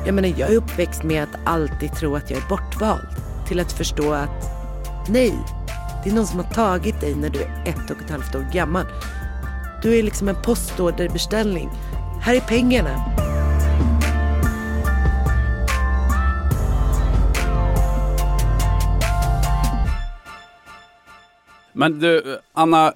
Jag menar, jag är uppväxt med att alltid tro att jag är bortvald. Till att förstå att nej, det är någon som har tagit dig när du är 1,5 år gammal. Du är liksom en postorderbeställning. Här är pengarna. Men du, Anna,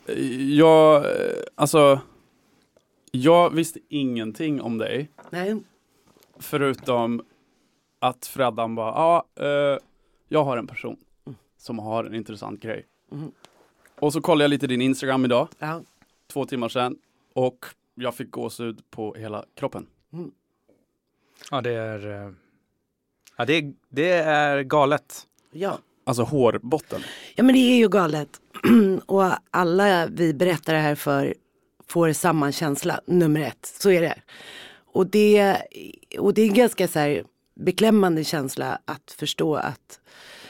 jag visste ingenting om dig. Nej. Förutom att Freddan bara, jag har en person som har en intressant grej. Mm. Och så kollade jag lite din Instagram idag. Ja. 2 timmar sedan. Och jag fick gåshud på hela kroppen. Mm. Ja, det är galet. Ja. Alltså hårbotten. Ja, men det är ju galet. Och alla vi berättar det här för får samma känsla, nummer 1. Så är det. Och det är en ganska så här beklämmande känsla att förstå att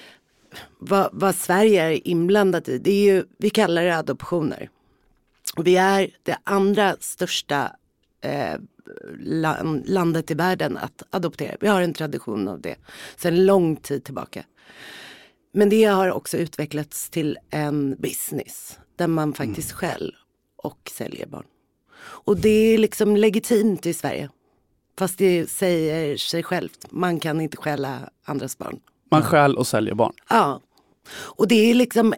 vad Sverige är inblandat i. Det är ju, vi kallar det adoptioner. Och vi är det andra största landet i världen att adoptera. Vi har en tradition av det sedan lång tid tillbaka. Men det har också utvecklats till en business där man faktiskt själv och säljer barn. Och det är liksom legitimt i Sverige. Fast det säger sig självt. Man kan inte stjäla andras barn. Man stjäl och säljer barn. Ja. Och det är liksom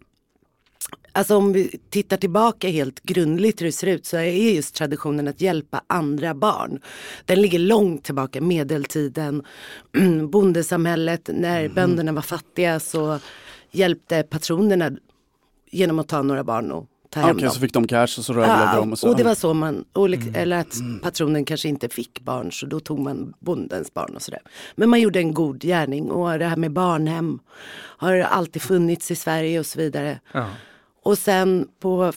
alltså om vi tittar tillbaka helt grundligt hur det ser ut, så är just traditionen att hjälpa andra barn. Den ligger långt tillbaka, medeltiden, bondesamhället. När bönderna var fattiga så hjälpte patronerna genom att ta några barn och ta hem dem. Så fick de cash och så rövlade de. Och det var så man, eller att patronen kanske inte fick barn, så då tog man bondens barn och sådär. Men man gjorde en god gärning, och det här med barnhem har alltid funnits i Sverige och så vidare. Ja. Och sen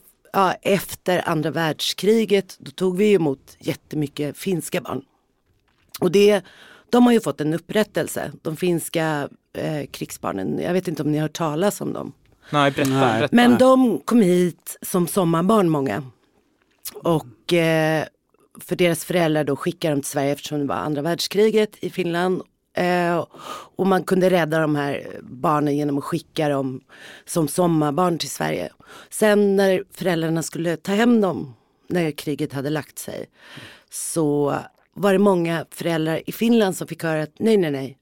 efter andra världskriget, då tog vi emot jättemycket finska barn. Och de har ju fått en upprättelse, de finska krigsbarnen. Jag vet inte om ni har hört talas om dem. Nej, berätta. Men de kom hit som sommarbarn, många. Och för deras föräldrar då skickade de till Sverige eftersom det var andra världskriget i Finland. Och man kunde rädda de här barnen genom att skicka dem som sommarbarn till Sverige. Sen när föräldrarna skulle ta hem dem när kriget hade lagt sig, så var det många föräldrar i Finland som fick höra att nej.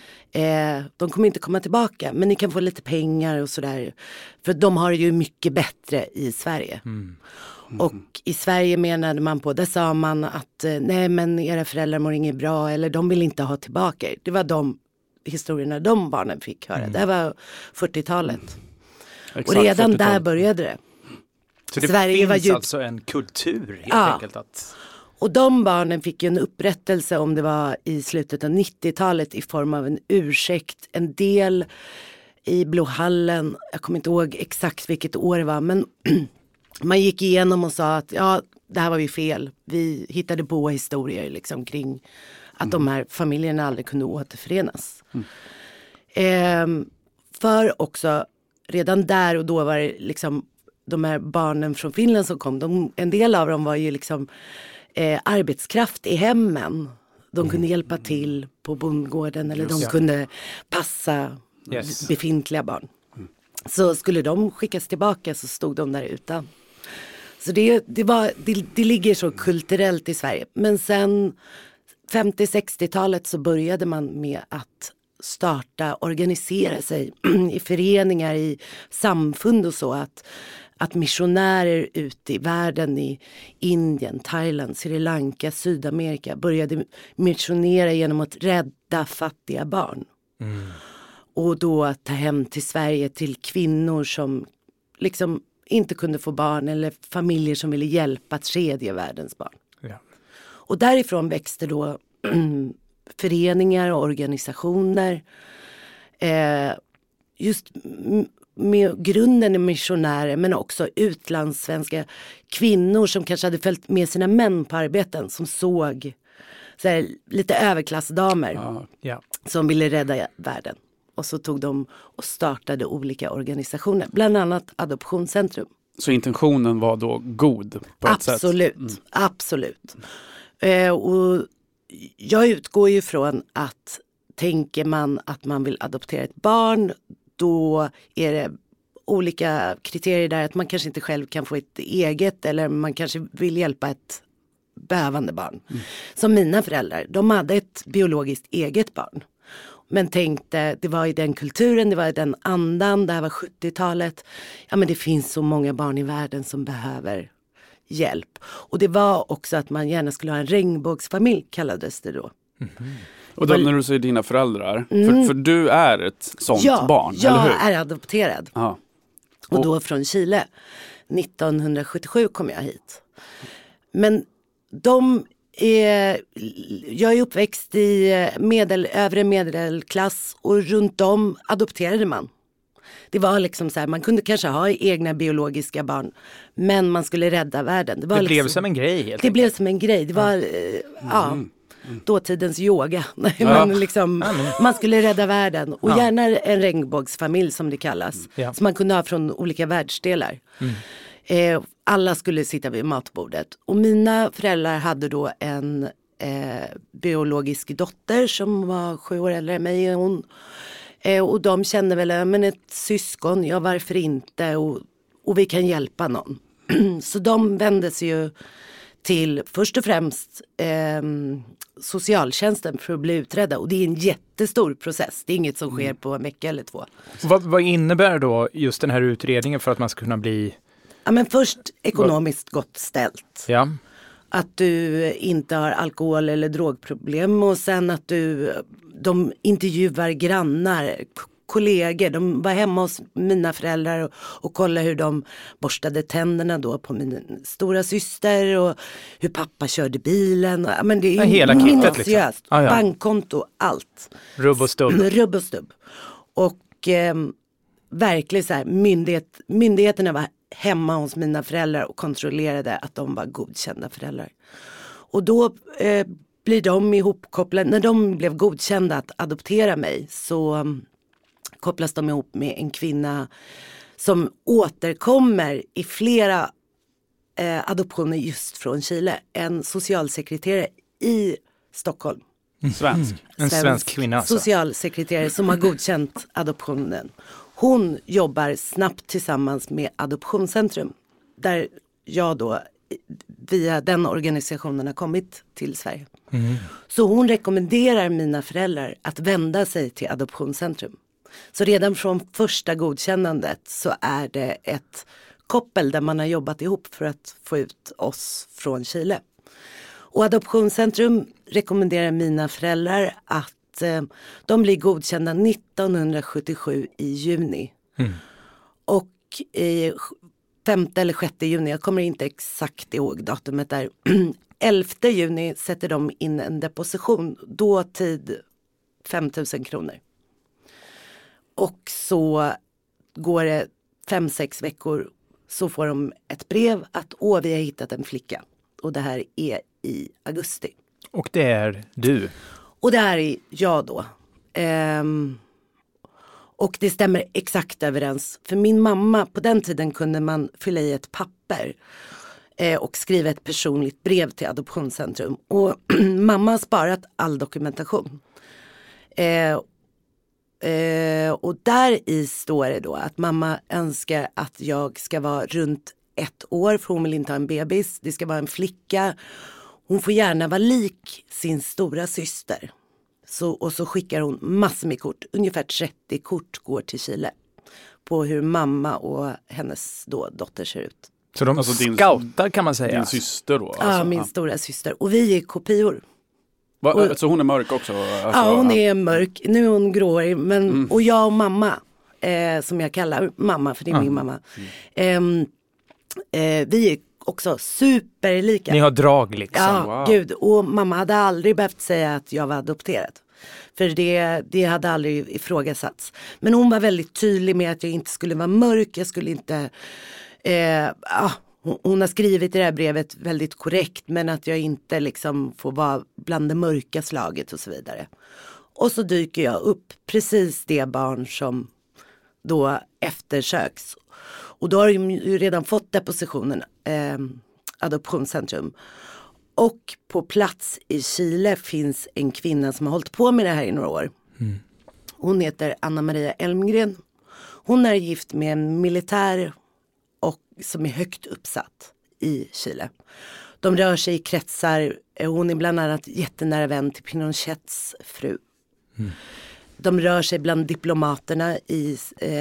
De kommer inte komma tillbaka, men ni kan få lite pengar och sådär. För de har ju mycket bättre i Sverige. Och i Sverige menade man där sa man att nej, men era föräldrar mår inget bra, eller de vill inte ha tillbaka. Det var de historierna de barnen fick höra. Det var 40-talet. Och redan 40-talet. Där började det. Så det Sverige finns alltså en kultur helt enkelt att... Och de barnen fick ju en upprättelse, om det var i slutet av 90-talet, i form av en ursäkt. En del i Blåhallen, jag kommer inte ihåg exakt vilket år det var, men man gick igenom och sa att det här var ju fel. Vi hittade på historier liksom kring att de här familjerna aldrig kunde återförenas. För också redan där och då var det liksom de här barnen från Finland som kom. En del av dem var ju liksom arbetskraft i hemmen. De kunde hjälpa till på bondgården, eller de kunde passa befintliga barn. Så skulle de skickas tillbaka så stod de där utan. Så det ligger så kulturellt i Sverige. Men sen 50-60-talet så började man med att organisera sig i föreningar, i samfund och så, att missionärer ute i världen, i Indien, Thailand, Sri Lanka, Sydamerika, började missionera genom att rädda fattiga barn. Och då ta hem till Sverige till kvinnor som liksom inte kunde få barn, eller familjer som ville hjälpa tredje världens barn. Ja. Och därifrån växte då föreningar och organisationer. Just med grunden i missionärer, men också utlandssvenska kvinnor som kanske hade följt med sina män på arbeten, som såg så här, lite överklassdamer som ville rädda världen. Och så tog de och startade olika organisationer, bland annat Adoptionscentrum. Så intentionen var då god på ett sätt? Absolut. Och jag utgår ju från att tänker man att man vill adoptera ett barn, då är det olika kriterier där, att man kanske inte själv kan få ett eget, eller man kanske vill hjälpa ett behövande barn. Som mina föräldrar, de hade ett biologiskt eget barn. Men tänkte, det var i den kulturen, det var i den andan, det här var 70-talet. Ja, men det finns så många barn i världen som behöver hjälp. Och det var också att man gärna skulle ha en regnbågsfamilj, kallades det då. Och då när du säger dina föräldrar, för du är ett sånt barn, eller hur? Ja, jag är adopterad. Ja. Och då från Chile. 1977 kom jag hit. Men jag är uppväxt i övre medelklass, och runt om adopterade man. Det var liksom så här, man kunde kanske ha egna biologiska barn, men man skulle rädda världen. Det blev liksom, som en grej helt Det enkelt. blev som en grej. Det var, dåtidens yoga. Men liksom, man skulle rädda världen. Och gärna en regnbågsfamilj som det kallas. Ja. Som man kunde ha från olika världsdelar. Alla skulle sitta vid matbordet. Och mina föräldrar hade då en biologisk dotter som var 7 år äldre än mig. Och de kände väl, men ett syskon, ja varför inte? Och vi kan hjälpa någon. Så de vände sig ju till först och främst socialtjänsten för att bli utredda. Och det är en jättestor process. Det är inget som sker på en vecka eller 2. Vad innebär då just den här utredningen för att man ska kunna bli... Ja, men först ekonomiskt gott ställt. Ja. Att du inte har alkohol- eller drogproblem, och sen att de intervjuar grannar, kollegor. De var hemma hos mina föräldrar och kollade hur de borstade tänderna då på min stora syster, och hur pappa körde bilen. Men det är hela kittet minutiöst. liksom. Ah, ja. Bankkonto, allt. Rubb och stubb. Rubb och stubb. Och verkligen så här, myndigheterna var hemma hos mina föräldrar och kontrollerade att de var godkända föräldrar. Och då blir de ihopkopplade. När de blev godkända att adoptera mig, så kopplas de ihop med en kvinna som återkommer i flera adoptioner just från Chile. En socialsekreterare i Stockholm. Svensk. En svensk kvinna alltså. Socialsekreterare som har godkänt adoptionen. Hon jobbar snabbt tillsammans med Adoptionscentrum, där jag då via den organisationen har kommit till Sverige. Så hon rekommenderar mina föräldrar att vända sig till Adoptionscentrum. Så redan från första godkännandet så är det ett koppel där man har jobbat ihop för att få ut oss från Chile. Och Adoptionscentrum rekommenderar mina föräldrar att de blir godkända 1977 i juni. Och i 5 eller 6 juni, jag kommer inte exakt ihåg datumet där, 11 juni sätter de in en deposition, dåtid 5 000 kronor. Och så går det 5-6 veckor, så får de ett brev att vi har hittat en flicka. Och det här är i augusti. Och det är du. Och det här är jag då. Och det stämmer exakt överens. För min mamma, på den tiden kunde man fylla i ett papper och skriva ett personligt brev till Adoptionscentrum. Och mamma har sparat all dokumentation. Och där i står det då att mamma önskar att jag ska vara runt 1 år, för hon vill inte ha en bebis. Det ska vara en flicka. Hon får gärna vara lik sin stora syster. Och så skickar hon massor med kort. Ungefär 30 kort går till Chile. På hur mamma och hennes dotter ser ut. Så de Alltså scoutar kan man säga. Din syster då? Alltså, Ja, min stora syster. Och vi är kopior. Så hon är mörk också? Alltså, Ja, hon är mörk. Nu är hon gråhårig. Och jag och mamma, som jag kallar mamma, för det är min mamma. Vi är också superlika. Ni har drag liksom. Ja, gud. Och mamma hade aldrig behövt säga att jag var adopterad. För det hade aldrig ifrågasatts. Men hon var väldigt tydlig med att jag inte skulle vara mörk. Jag skulle inte... hon har skrivit i det här brevet väldigt korrekt. Men att jag inte liksom får vara bland det mörka slaget och så vidare. Och så dyker jag upp precis det barn som då eftersöks. Och då har de ju redan fått depositionen, Adoptionscentrum. Och på plats i Chile finns en kvinna som har hållit på med det här i några år. Hon heter Anna Maria Elmgren. Hon är gift med en militär och som är högt uppsatt i Chile. De rör sig i kretsar. Hon är bland annat jättenära vän till Pinochets fru. De rör sig bland diplomaterna i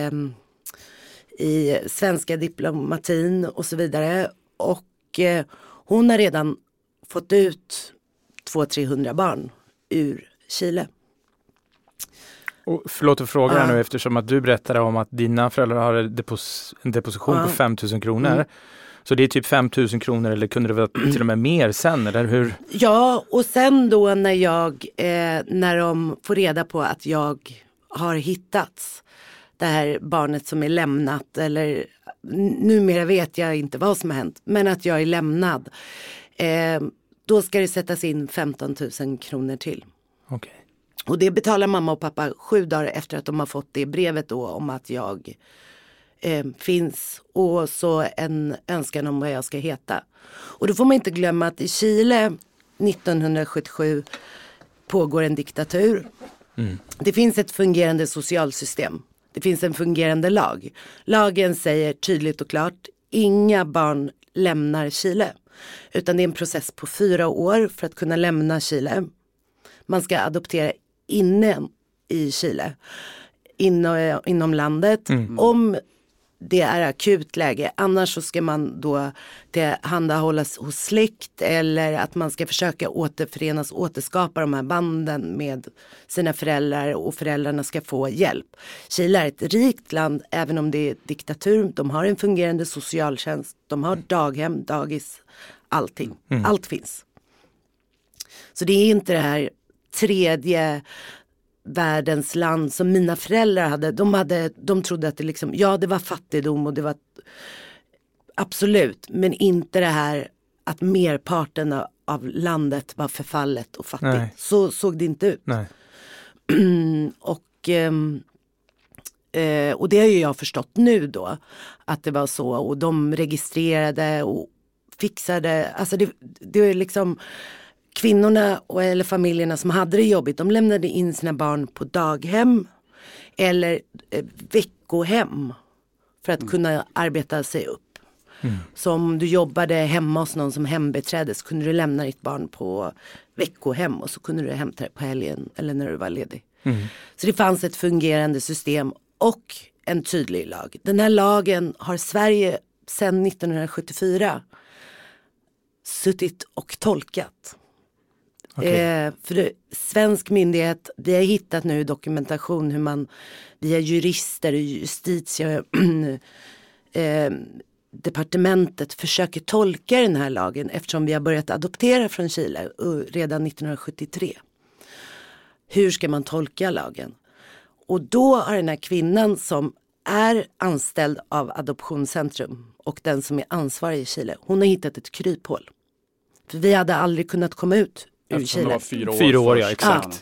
svenska diplomatin och så vidare. Och hon har redan fått ut 200-300 barn ur Chile. Och förlåt att fråga nu, eftersom att du berättade om att dina föräldrar har en deposition på 5 000 kronor. Så det är typ 5 000 kronor, eller kunde det vara till och med mer sen, eller hur? Ja, och sen då när de får reda på att jag har hittats, det här barnet som är lämnat, eller numera vet jag inte vad som har hänt, men att jag är lämnad, då ska det sättas in 15 000 kronor till. Okej. Och det betalar mamma och pappa 7 dagar efter att de har fått det brevet då om att jag finns, och så en önskan om vad jag ska heta. Och då får man inte glömma att i Chile 1977 pågår en diktatur. Det finns ett fungerande socialsystem. Det finns en fungerande lag. Lagen säger tydligt och klart: inga barn lämnar Chile. Utan det är en process på 4 år för att kunna lämna Chile. Man ska adoptera inne i Chile. Inom landet. Om det är akut läge. Annars så ska man då tillhandahållas hos släkt, eller att man ska försöka återskapa de här banden med sina föräldrar, och föräldrarna ska få hjälp. Chile är ett rikt land, även om det är diktatur. De har en fungerande socialtjänst. De har daghem, dagis, allting. Allt finns. Så det är inte det här tredje världens land som mina föräldrar hade. De trodde att det liksom, ja, det var fattigdom, och det var absolut, men inte det här att merparten av landet var förfallet och fattigt. Nej. Så såg det inte ut. Nej. Och det har ju jag förstått nu då, att det var så, och de registrerade och fixade, alltså det är liksom kvinnorna eller familjerna som hade det jobbigt, de lämnade in sina barn på daghem eller veckohem för att kunna arbeta sig upp. Så om du jobbade hemma hos någon som hembeträde, så kunde du lämna ditt barn på veckohem, och så kunde du hämta det på helgen eller när du var ledig. Så det fanns ett fungerande system och en tydlig lag. Den här lagen har Sverige sedan 1974 suttit och tolkat. För svensk myndighet, vi har hittat nu dokumentation hur man via jurister och departementet försöker tolka den här lagen, eftersom vi har börjat adoptera från Chile redan 1973. Hur ska man tolka lagen? Och då har den här kvinnan som är anställd av Adoptionscentrum och den som är ansvarig i Chile, hon har hittat ett kryphål. För vi hade aldrig kunnat komma ut ur Eftersom det Chile. var 4 år. 4 år, ja, exakt.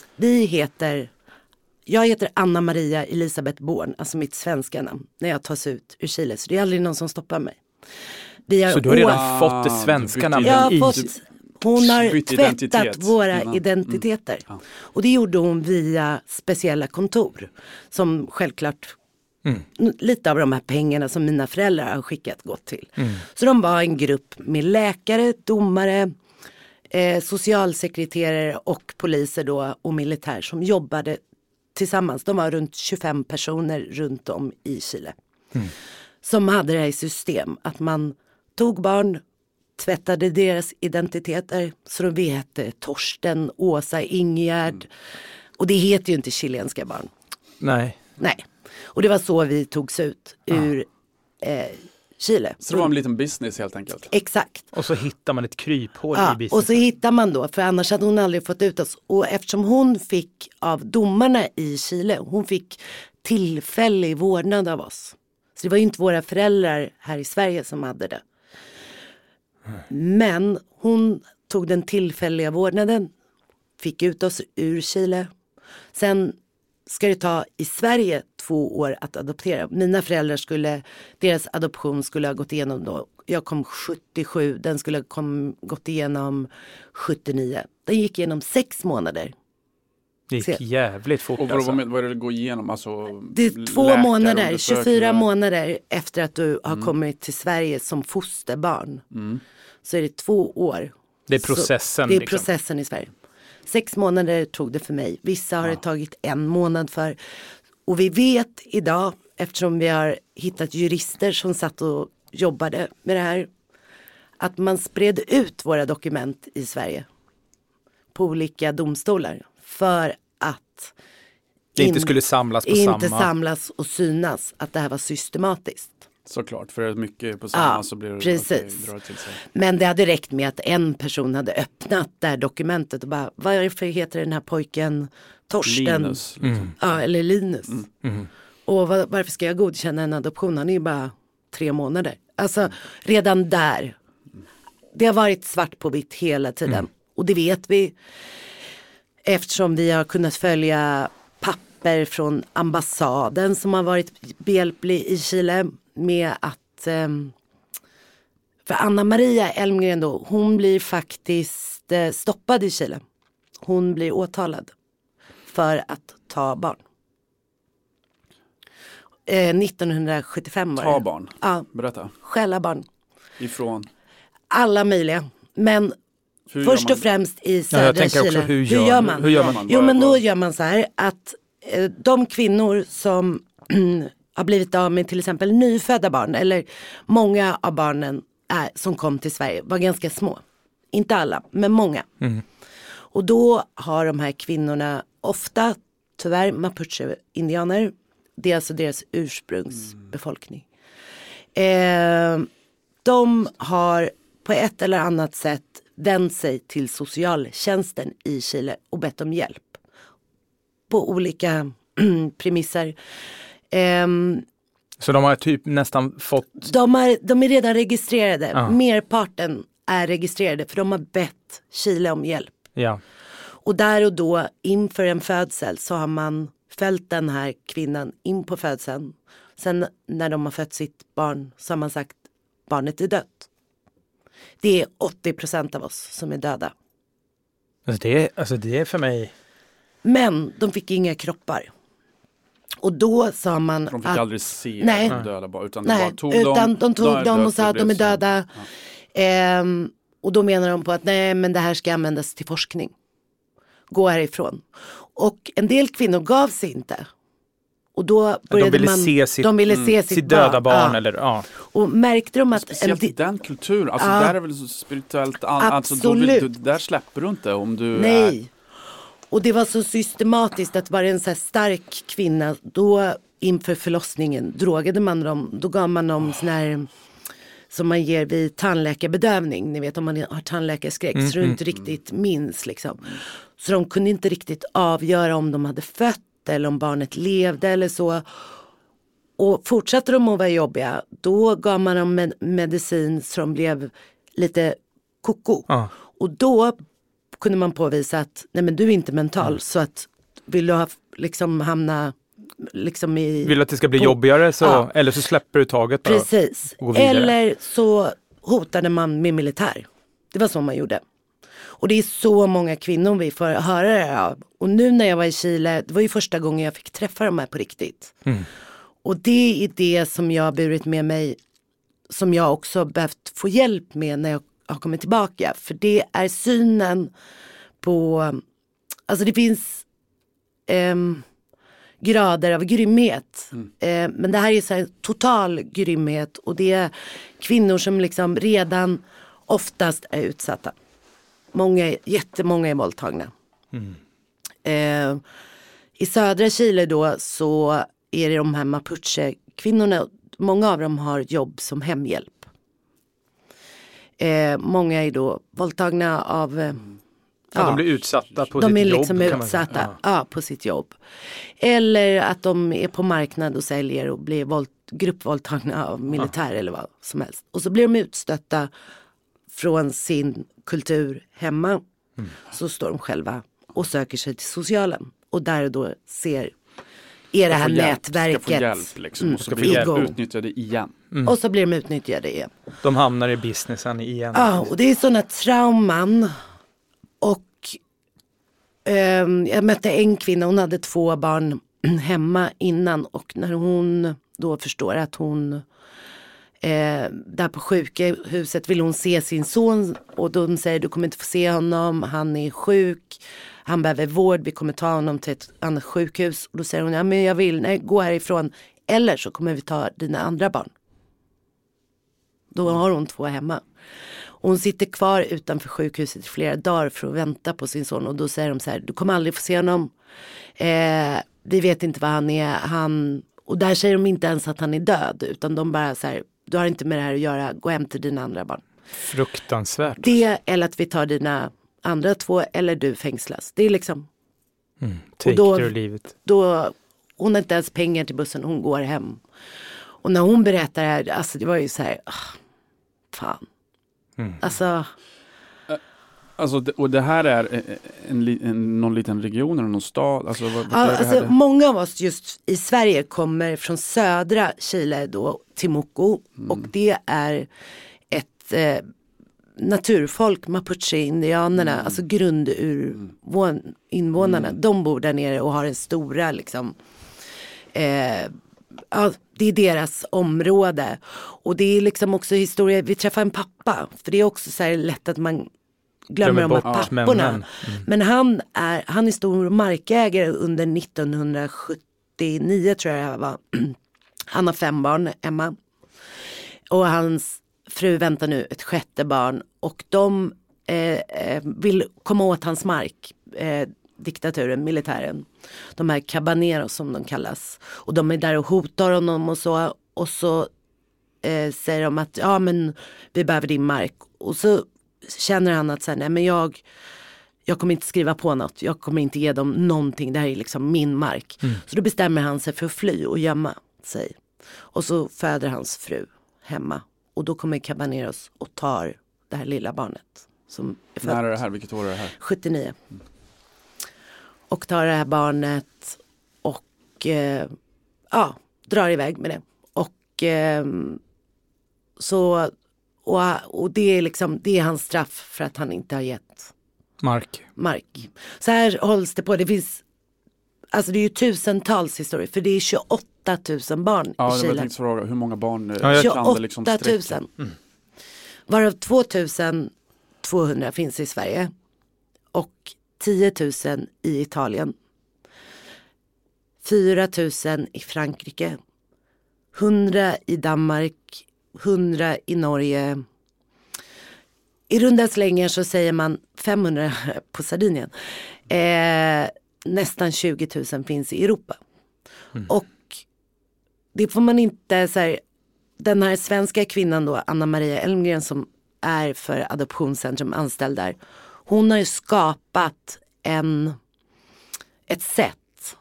Jag heter Anna Maria Elisabeth Born, alltså mitt svenska namn, när jag tas ut ur Chile. Så det är aldrig någon som stoppar mig. Så du har redan fått det svenska namnet hon har bytt tvättat identitet. våra identiteter. Och det gjorde hon via speciella kontor. Som självklart lite av de här pengarna som mina föräldrar har skickat gått till. Så de var en grupp med läkare, domare, socialsekreterare och poliser då, och militär som jobbade tillsammans. De var runt 25 personer runt om i Chile. Som hade det här system att man tog barn, tvättade deras identiteter, så de hette Torsten, Åsa, Ingegärd. Och det heter ju inte chilenska barn. Nej. Och det var så vi togs ut ur Chile. Så det var en liten business helt enkelt. Exakt. Och så hittar man ett kryphål i businessen. Och så hittar man då, för annars hade hon aldrig fått ut oss. Och eftersom hon fick av domarna i Chile, hon fick tillfällig vårdnad av oss. Så det var ju inte våra föräldrar här i Sverige som hade det. Men hon tog den tillfälliga vårdnaden, fick ut oss ur Chile. Sen ska det ta i Sverige 2 år att adoptera. Mina föräldrar deras adoption skulle ha gått igenom då jag kom 77, den skulle ha gått igenom 79. Den gick igenom 6 månader. Det gick jävligt fort. Och vad är det att gå igenom? Alltså, det är 2 månader, 24 månader efter att du har kommit till Sverige som fosterbarn. Så är det 2 år. Det är processen. Det är processen i Sverige. 6 månader tog det för mig. Vissa har det tagit 1 månad för. Och vi vet idag, eftersom vi har hittat jurister som satt och jobbade med det här, att man spred ut våra dokument i Sverige på olika domstolar för att det inte skulle samlas på samma. Samlas och synas, att det här var systematiskt. Såklart, för att mycket på samma så blir det precis. Drar till sig. Men det hade räckt med att en person hade öppnat det här dokumentet och bara, varför heter den här pojken Torsten? Linus. Ja, eller Linus. Och varför ska jag godkänna en adoption? Han är ju bara 3 månader. Alltså, redan där. Det har varit svart på vitt hela tiden. Och det vet vi. Eftersom vi har kunnat följa papper från ambassaden som har varit behjälplig i Chile med att för Anna Maria Elmgren då, hon blir faktiskt stoppad i Chile. Hon blir åtalad för att ta barn. 1975 var det. Ta barn? Ja. Berätta. Stjäla barn. Ifrån? Alla möjliga. Men först och främst i södra Chile. Också, hur gör man? Jo, men då gör man så här att de kvinnor som har blivit av med till exempel nyfödda barn, eller många av barnen som kom till Sverige var ganska små. Inte alla, men många. Och då har de här kvinnorna ofta, tyvärr, mapuche-indianer. Det är alltså deras ursprungsbefolkning. De har på ett eller annat sätt vänt sig till socialtjänsten i Chile och bett om hjälp. På olika premisser. Så de har typ nästan fått... De är redan registrerade. Ja. Merparten är registrerade för de har bett Chile om hjälp. Ja. Och där och då inför en födsel så har man följt den här kvinnan in på födseln. Sen när de har fött sitt barn så har man sagt barnet är dött. Det är 80% av oss som är döda. Alltså det är för mig... Men de fick inga kroppar. Och då sa man de fick aldrig se de döda barn, utan de tog dem och sa att de är döda. Ja. Och då menar de på att men det här ska användas till forskning. Gå härifrån. Och en del kvinnor gav sig inte. Och då började de ville se sitt döda barn. Eller, ja. Och märkte de att... Speciellt den kulturen. Alltså där är väl så spirituellt... Absolut. Där släpper du inte om du Nej. Och det var så systematiskt att vara en så här stark kvinna. Då inför förlossningen drogade man dem. Då gav man dem sån här... Som man ger vid tandläkarbedövning. Ni vet om man har tandläkarskräck. Så du inte riktigt minns liksom. Så de kunde inte riktigt avgöra om de hade fött. Eller om barnet levde eller så. Och fortsatte de att vara jobbiga. Då gav man dem medicin som blev lite koko. Och då kunde man påvisa att nej men du är inte mental. Så att vill du liksom hamna liksom i... Vill att det ska bli jobbigare så, eller så släpper du taget bara. Precis. Eller så hotade man med militär. Det var så man gjorde. Och det är så många kvinnor vi får höra det av. Och nu när jag var i Chile, det var ju första gången jag fick träffa de här på riktigt. Och det är det som jag har burit med mig, som jag också behövt få hjälp med när jag har kommit tillbaka. För det är synen på, alltså det finns grader av grymhet. Men det här är så här total grymhet. Och det är kvinnor som liksom redan oftast är utsatta. Jättemånga är våldtagna. I södra Chile då så är det de här mapuche-kvinnorna. Många av dem har jobb som hemhjälp. Många är då våldtagna av... de blir utsatta på sitt jobb. De är liksom utsatta på sitt jobb. Eller att de är på marknad och säljer och blir gruppvåldtagna av militär eller vad som helst. Och så blir de utstötta från sin kultur hemma. Så står de själva och söker sig till socialen. Och där och då är det här nätverket. Ska få hjälp liksom. Och så blir de utnyttjade igen. Och så blir de utnyttjade igen. De hamnar i businessen igen. Ja, och det är sådana trauman. Och jag mötte en kvinna, hon hade 2 barn hemma innan. Och när hon då förstår att hon där på sjukhuset vill hon se sin son. Och de säger, du kommer inte få se honom, han är sjuk. Han behöver vård, vi kommer ta honom till ett annat sjukhus. Och då säger hon, ja men jag vill, nej, gå härifrån. Eller så kommer vi ta dina andra barn. Då har hon 2 hemma. Och hon sitter kvar utanför sjukhuset i flera dagar för att vänta på sin son. Och då säger de så här, du kommer aldrig få se honom. Vi vet inte vad han är. Och där säger de inte ens att han är död. Utan de bara så här, du har inte med det här att göra, gå hem till dina andra barn. Fruktansvärt. Det eller att vi tar dina andra 2 eller du fängslas. Det är liksom. Take ur livet. Då, hon har inte ens pengar till bussen, hon går hem. Och när hon berättar det här, alltså det var ju så här, fan. Alltså. Och det här är någon liten region eller någon stad? Alltså, alltså många av oss just i Sverige kommer från södra Chile då, Timuco. Och det är ett naturfolk, Mapuche-indianerna, alltså grundinvånarna. De bor där nere och har en stora liksom, det är deras område. Och det är liksom också historia, vi träffar en pappa, för det är också så här lätt att man glömmer de här papporna. Men han är stor markägare under 1979 tror jag det var. Han har 5 barn, Emma. Och hans fru väntar nu ett 6:e barn. Och de vill komma åt hans mark. Diktaturen, militären. De här cabaneros som de kallas. Och de är där och hotar honom och så. Och så säger de att ja men vi behöver din mark. Och så känner han att så här, nej men jag kommer inte skriva på något. Jag kommer inte ge dem någonting. Det här är liksom min mark. Så då bestämmer han sig för att fly och gömma sig. Och så föder hans fru hemma. Och då kommer cabaneros och tar det här lilla barnet. Som är när är det här? Vilket år är det här? 79. Och tar det här barnet och drar iväg med det. Och så och det är liksom, det är hans straff för att han inte har gett mark. Så här hålls det på. Det finns, alltså det är ju tusentals historier, för det är 28 000 barn i Chile. Ja, jag tänkte fråga, hur många barn 28 liksom 000. Varav 2200 finns i Sverige. Och 10 000 i Italien. 4 000 i Frankrike. 100 i Danmark. 100 i Norge. I runda slängar så säger man 500 på Sardinien. Nästan 20 000 finns i Europa. Och det får man inte så här, den här svenska kvinnan då, Anna Maria Elmgren, som är för Adoptionscentrum anställd där. Hon har ju skapat ett sätt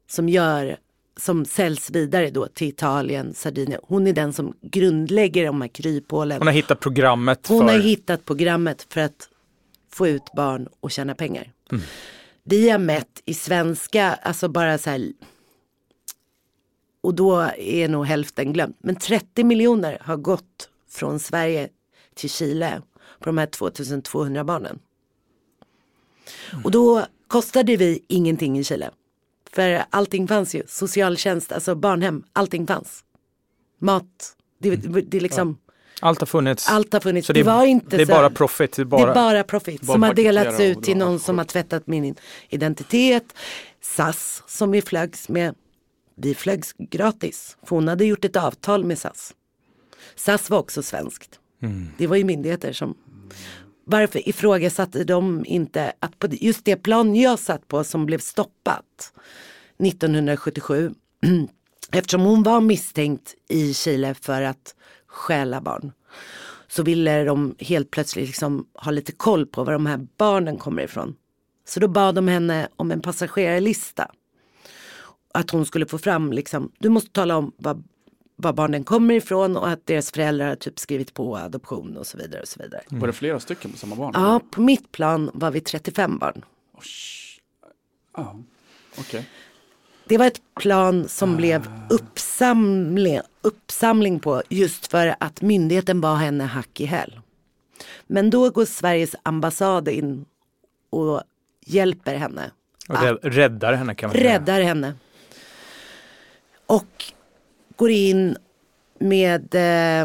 som säljs vidare då till Italien, Sardinien. Hon är den som grundlägger de här kryphålen. Hon har hittat programmet för att få ut barn och tjäna pengar. Vi har mätt i svenska, alltså bara så här, och då är nog hälften glömt. Men 30 miljoner har gått från Sverige till Chile på de här 2200 barnen. Och då kostade vi ingenting i Chile. För allting fanns ju. Socialtjänst, alltså barnhem, allting fanns. Mat, det är liksom. Allt har funnits. Så det var inte det är bara profit. Det är bara profit som har delats ut till någon som har tvättat min identitet. SAS som vi flögs med. Vi flögs gratis. För hon hade gjort ett avtal med SAS. SAS var också svenskt. Det var ju myndigheter som. Varför ifrågasatte de inte att på just det plan jag satt på som blev stoppat 1977, eftersom hon var misstänkt i Chile för att stjäla barn, så ville de helt plötsligt liksom ha lite koll på var de här barnen kommer ifrån. Så då bad de henne om en passagerarlista. Att hon skulle få fram liksom, du måste tala om var barnen kommer ifrån och att deras föräldrar har typ skrivit på adoption och så vidare och så vidare. Var det flera stycken på samma barn? Ja, på mitt plan var vi 35 barn. Okej. Det var ett plan som blev uppsamling på just för att myndigheten var henne hack i häl. Men då går Sveriges ambassad in och hjälper henne. Och räddar henne kan man säga. Räddar henne. Och går in med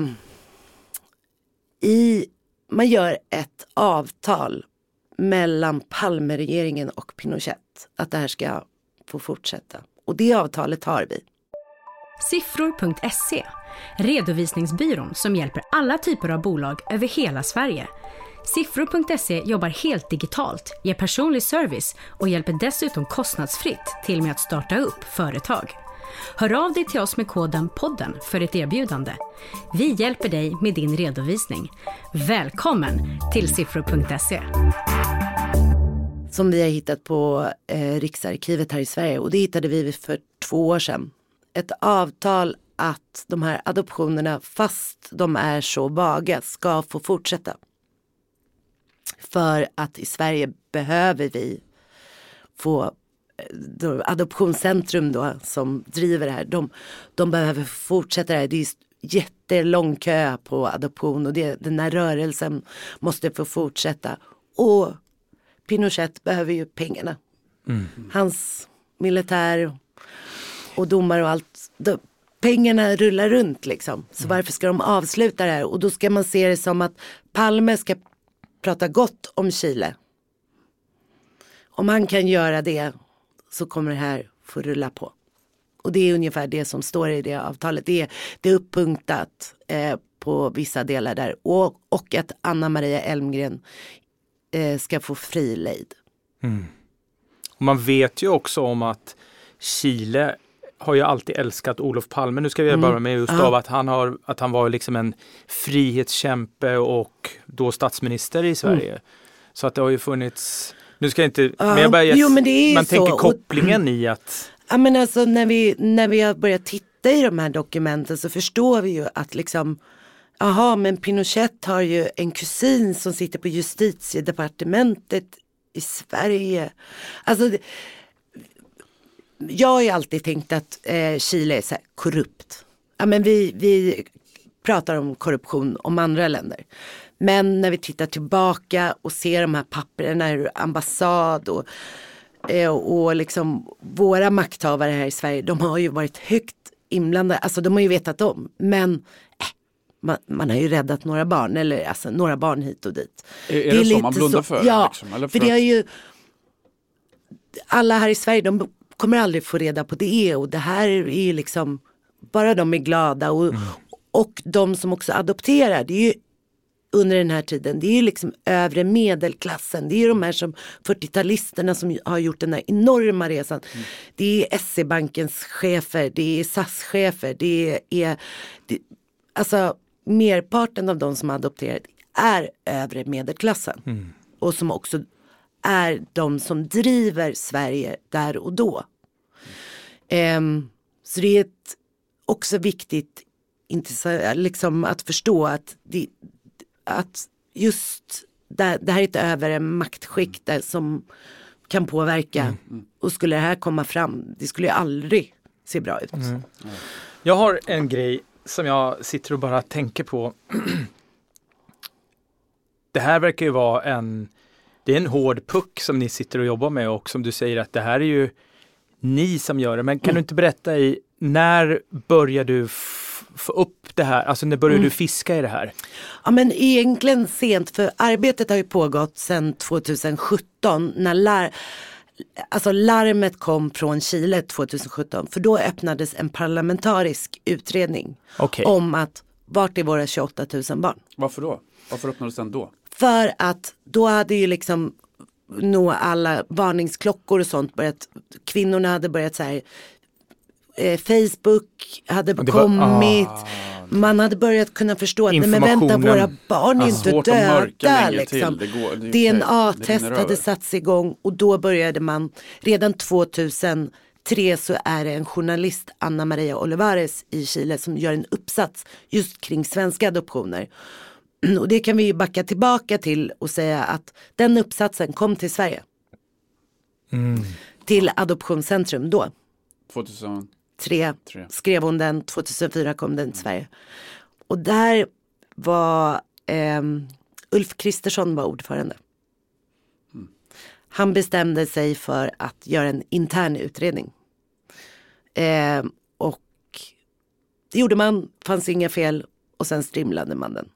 man gör ett avtal mellan Palmeregeringen och Pinochet att det här ska få fortsätta. Och det avtalet har vi. Siffror.se, redovisningsbyrån som hjälper alla typer av bolag över hela Sverige. Siffror.se jobbar helt digitalt, ger personlig service och hjälper dessutom kostnadsfritt till med att starta upp företag. Hör av dig till oss med koden podden för ett erbjudande. Vi hjälper dig med din redovisning. Välkommen till Siffror.se. Som vi har hittat på Riksarkivet här i Sverige, och det hittade vi för 2 år sedan. Ett avtal att de här adoptionerna, fast de är så vaga, ska få fortsätta. För att i Sverige behöver vi få Adoptionscentrum då, som driver det här. De behöver fortsätta det här. Det är jättelång kö på adoption och den här rörelsen måste få fortsätta. Och Pinochet behöver ju pengarna. Hans militär och domar och allt. Pengarna rullar runt liksom. Så varför ska de avsluta det här? Och då ska man se det som att Palme ska prata gott om Chile. Om han kan göra det så kommer det här få rulla på. Och det är ungefär det som står i det avtalet. Det är upppunktat på vissa delar där. Och att Anna Maria Elmgren ska få fri lejd. Och man vet ju också om att Chile har ju alltid älskat Olof Palme. Nu ska vi bara med just av att han var liksom en frihetskämpe och då statsminister i Sverige. Så att det har ju funnits... Nu ska jag inte... men jag bara, man tänker kopplingen i att... Ja, men alltså när vi har börjat titta i de här dokumenten så förstår vi ju att liksom... Jaha, men Pinochet har ju en kusin som sitter på justitiedepartementet i Sverige. Alltså... Jag har ju alltid tänkt att Chile är så här korrupt. Ja, men vi pratar om korruption om andra länder. Men när vi tittar tillbaka och ser de här papperna ur ambassad och liksom våra makthavare här i Sverige, de har ju varit högt inblandade. Alltså de har ju vetat om. Men man har ju räddat några barn, eller alltså några barn hit och dit. Är det så man blundar för? Ja, liksom, eller för det är ju alla här i Sverige, de kommer aldrig få reda på det, och det här är ju liksom bara de är glada och de som också adopterar, det är ju under den här tiden, det är ju liksom övre medelklassen, det är ju de här som 40-talisterna som har gjort den här enorma resan. Det är SE-bankens chefer, det är SAS-chefer, alltså merparten av de som adopterar är övre medelklassen och som också är de som driver Sverige där och då. Så det är också viktigt liksom att förstå att just det här är ett övre maktskikt där som kan påverka. Och skulle det här komma fram, det skulle ju aldrig se bra ut. Jag har en grej som jag sitter och bara tänker på. Det här verkar ju vara det är en hård puck som ni sitter och jobbar med, och som du säger att det här är ju ni som gör det. Men kan du inte berätta när börjar du få upp det här? Alltså när börjar du fiska i det här? Ja, men egentligen sent, för arbetet har ju pågått sedan 2017 när larmet kom från Chile 2017. För då öppnades en parlamentarisk utredning om att vart är våra 28 000 barn? Varför då? Varför öppnades den då? För att då hade ju liksom alla varningsklockor och sånt börjat, kvinnorna hade börjat så här, Facebook hade kommit, man hade börjat kunna förstå att men vänta, våra barn är inte döda liksom. DNA-test hade satts igång, och då började man redan 2003 så är det en journalist, Anna Maria Olivares i Chile, som gör en uppsats just kring svenska adoptioner. Och det kan vi ju backa tillbaka till och säga att den uppsatsen kom till Sverige. Till Adoptionscentrum då. 2003. 3 skrev hon den, 2004 kom den till Sverige. Och där var Ulf Kristersson var ordförande. Han bestämde sig för att göra en intern utredning. Och det gjorde man, fanns inga fel och sen strimlade man den.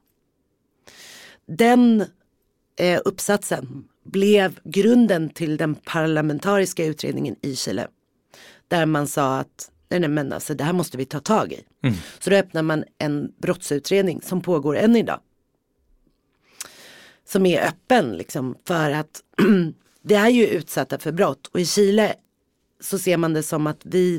Den uppsatsen blev grunden till den parlamentariska utredningen i Chile. Där man sa att nej men alltså, det här måste vi ta tag i. Så då öppnar man en brottsutredning som pågår än idag. Som är öppen liksom, för att vi är ju utsatta för brott. Och i Chile så ser man det som att vi,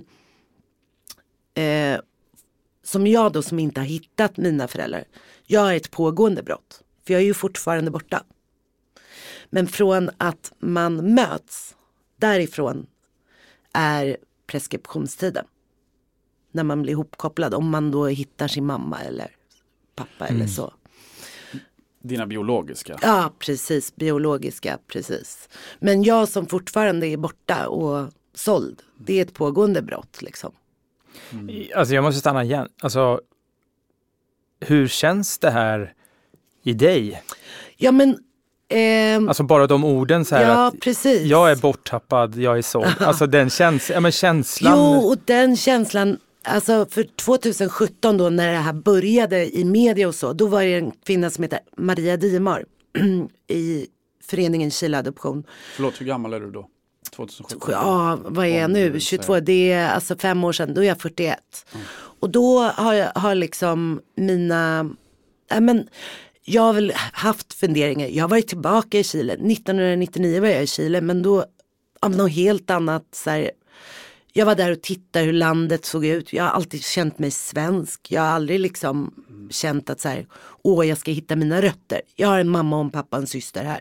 som jag då som inte har hittat mina föräldrar, jag har ett pågående brott. För jag är ju fortfarande borta. Men från att man möts, därifrån är preskriptionstiden. När man blir ihopkopplad, om man då hittar sin mamma eller pappa eller så. Dina biologiska? Ja, precis. Biologiska, precis. Men jag som fortfarande är borta och såld, det är ett pågående brott liksom. Alltså jag måste stanna igen. Alltså, hur känns det här i dig? Ja men... alltså bara de orden så här att precis. Jag är borttappad, jag är såld. Alltså den känslan. Jo, och den känslan, alltså för 2017 då när det här började i media och så, då var det en kvinna som heter Maria Diemar i föreningen Chile Adoption. Förlåt, hur gammal är du då? 2017? Ja, vad är jag nu? 22, det är alltså 5 år sedan, då är jag 41. Och då har liksom mina, jag har väl haft funderingar. Jag har varit tillbaka i Chile. 1999 var jag i Chile. Men då av något helt annat. Så här, jag var där och tittade hur landet såg ut. Jag har alltid känt mig svensk. Jag har aldrig liksom känt att så här, jag ska hitta mina rötter. Jag har en mamma och en pappa och en syster här.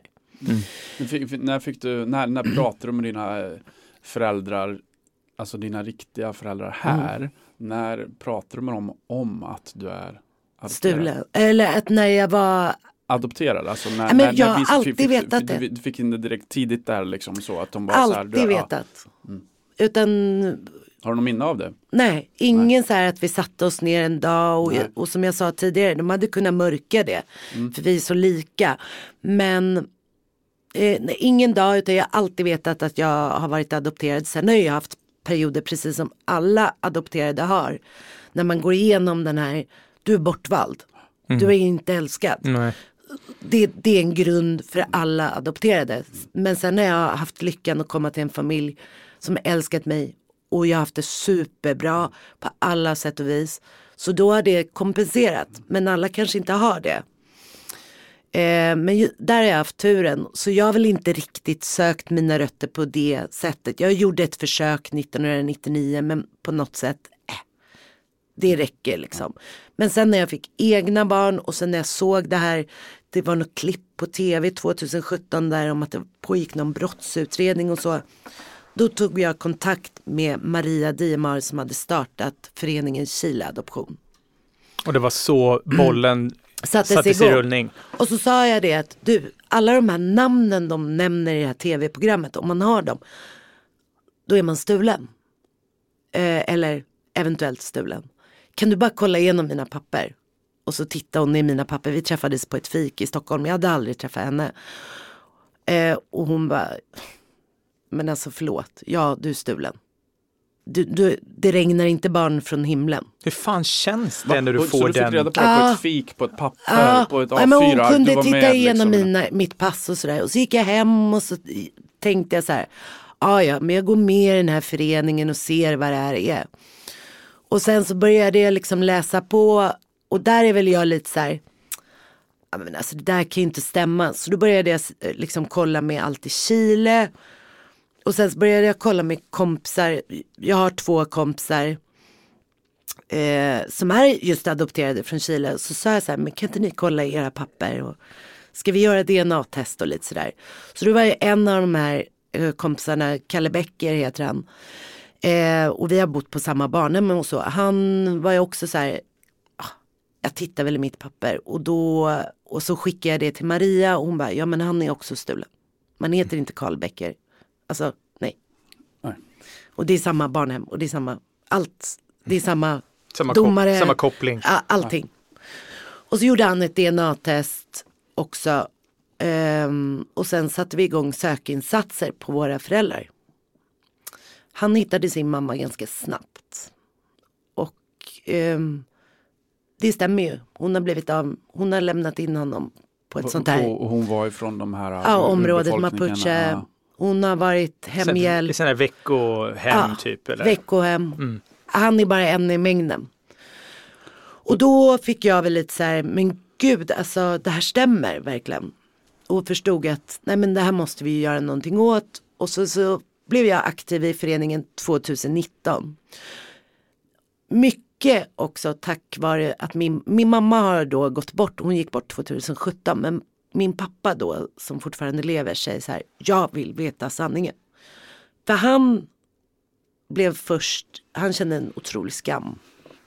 När pratade du med dina föräldrar, alltså dina riktiga föräldrar här? När pratade du med dem om att du är stulen? Eller att när jag var adopterad, alltså jag har alltid vetat det. Du fick in det direkt tidigt där liksom, så att de bara alltid så här, vetat. Utan har du någon minne av det? Nej, ingen så här att vi satte oss ner en dag och som jag sa tidigare, de hade kunnat mörka det. För vi är så lika. Men ingen dag, utan jag har alltid vetat att jag har varit adopterad. Sen har jag haft perioder precis som alla adopterade har. När man går igenom den här, du är bortvald. Du är inte älskad. Nej. Det är en grund för alla adopterade. Men sen har jag haft lyckan att komma till en familj som älskat mig. Och jag har haft det superbra på alla sätt och vis. Så då har det kompenserat. Men alla kanske inte har det. Men där har jag haft turen. Så jag har väl inte riktigt sökt mina rötter på det sättet. Jag gjorde ett försök 1999. Men på något sätt, det räcker liksom. Men sen när jag fick egna barn och sen när jag såg det här, det var något klipp på tv 2017 där om att det pågick någon brottsutredning och så. Då tog jag kontakt med Maria Diemar som hade startat föreningen Chile Adoption. Och det var så bollen sattes i rullning. Och så sa jag det att alla de här namnen de nämner i det här tv-programmet, om man har dem, då är man stulen. Eller eventuellt stulen. Kan du bara kolla igenom mina papper? Och så tittade hon i mina papper. Vi träffades på ett fik i Stockholm. Jag hade aldrig träffat henne. Och hon bara, men alltså förlåt. Ja, du är stulen. Det regnar inte barn från himlen. Hur fan känns det när du får så den? Så du fick reda på det på ett fik, på ett papper, på ett A4? Men hon kunde titta igenom liksom. mitt pass och sådär. Och så gick jag hem och så tänkte jag så här. Ja, men jag går med i den här föreningen och ser vad det här är. Och sen så började jag liksom läsa på. Och där är väl jag lite så här. Ja, men alltså det där kan ju inte stämma. Så då började jag liksom kolla med allt i Chile. Och sen så började jag kolla med kompisar. Jag har 2 kompisar. Som är just adopterade från Chile. Så sa jag så här, men kan inte ni kolla era papper? Och ska vi göra DNA-test och lite sådär. Så då var jag en av de här kompisarna. Kalle Becker heter han. Och vi har bott på samma barnhem och så. Han var ju också så här. Jag tittar väl i mitt papper. Och så skickade jag det till Maria. Och hon bara, ja men han är också stulen. Man heter inte Karl Becker. Alltså, nej. Och det är samma barnhem. Och det är samma allt. Det är samma Samma domare. samma koppling. Allting. Och så gjorde han ett DNA-test också. Och sen satte vi igång sökinsatser på våra föräldrar. Han hittade sin mamma ganska snabbt. Och det stämmer ju. Hon har lämnat in honom på ett sånt här. Och hon var ifrån de här området Mapuche. Ja. Hon har varit hemhjälp. Det är sådana här veckohem typ? Eller? Veckohem. Han är bara en i mängden. Och då fick jag väl lite så här, men gud, alltså det här stämmer verkligen. Och förstod att nej, men det här måste vi göra någonting åt. Och så blev jag aktiv i föreningen 2019. Mycket också tack vare att min mamma har då gått bort. Hon gick bort 2017. Men min pappa då, som fortfarande lever, säger så här: jag vill veta sanningen. För han kände en otrolig skam.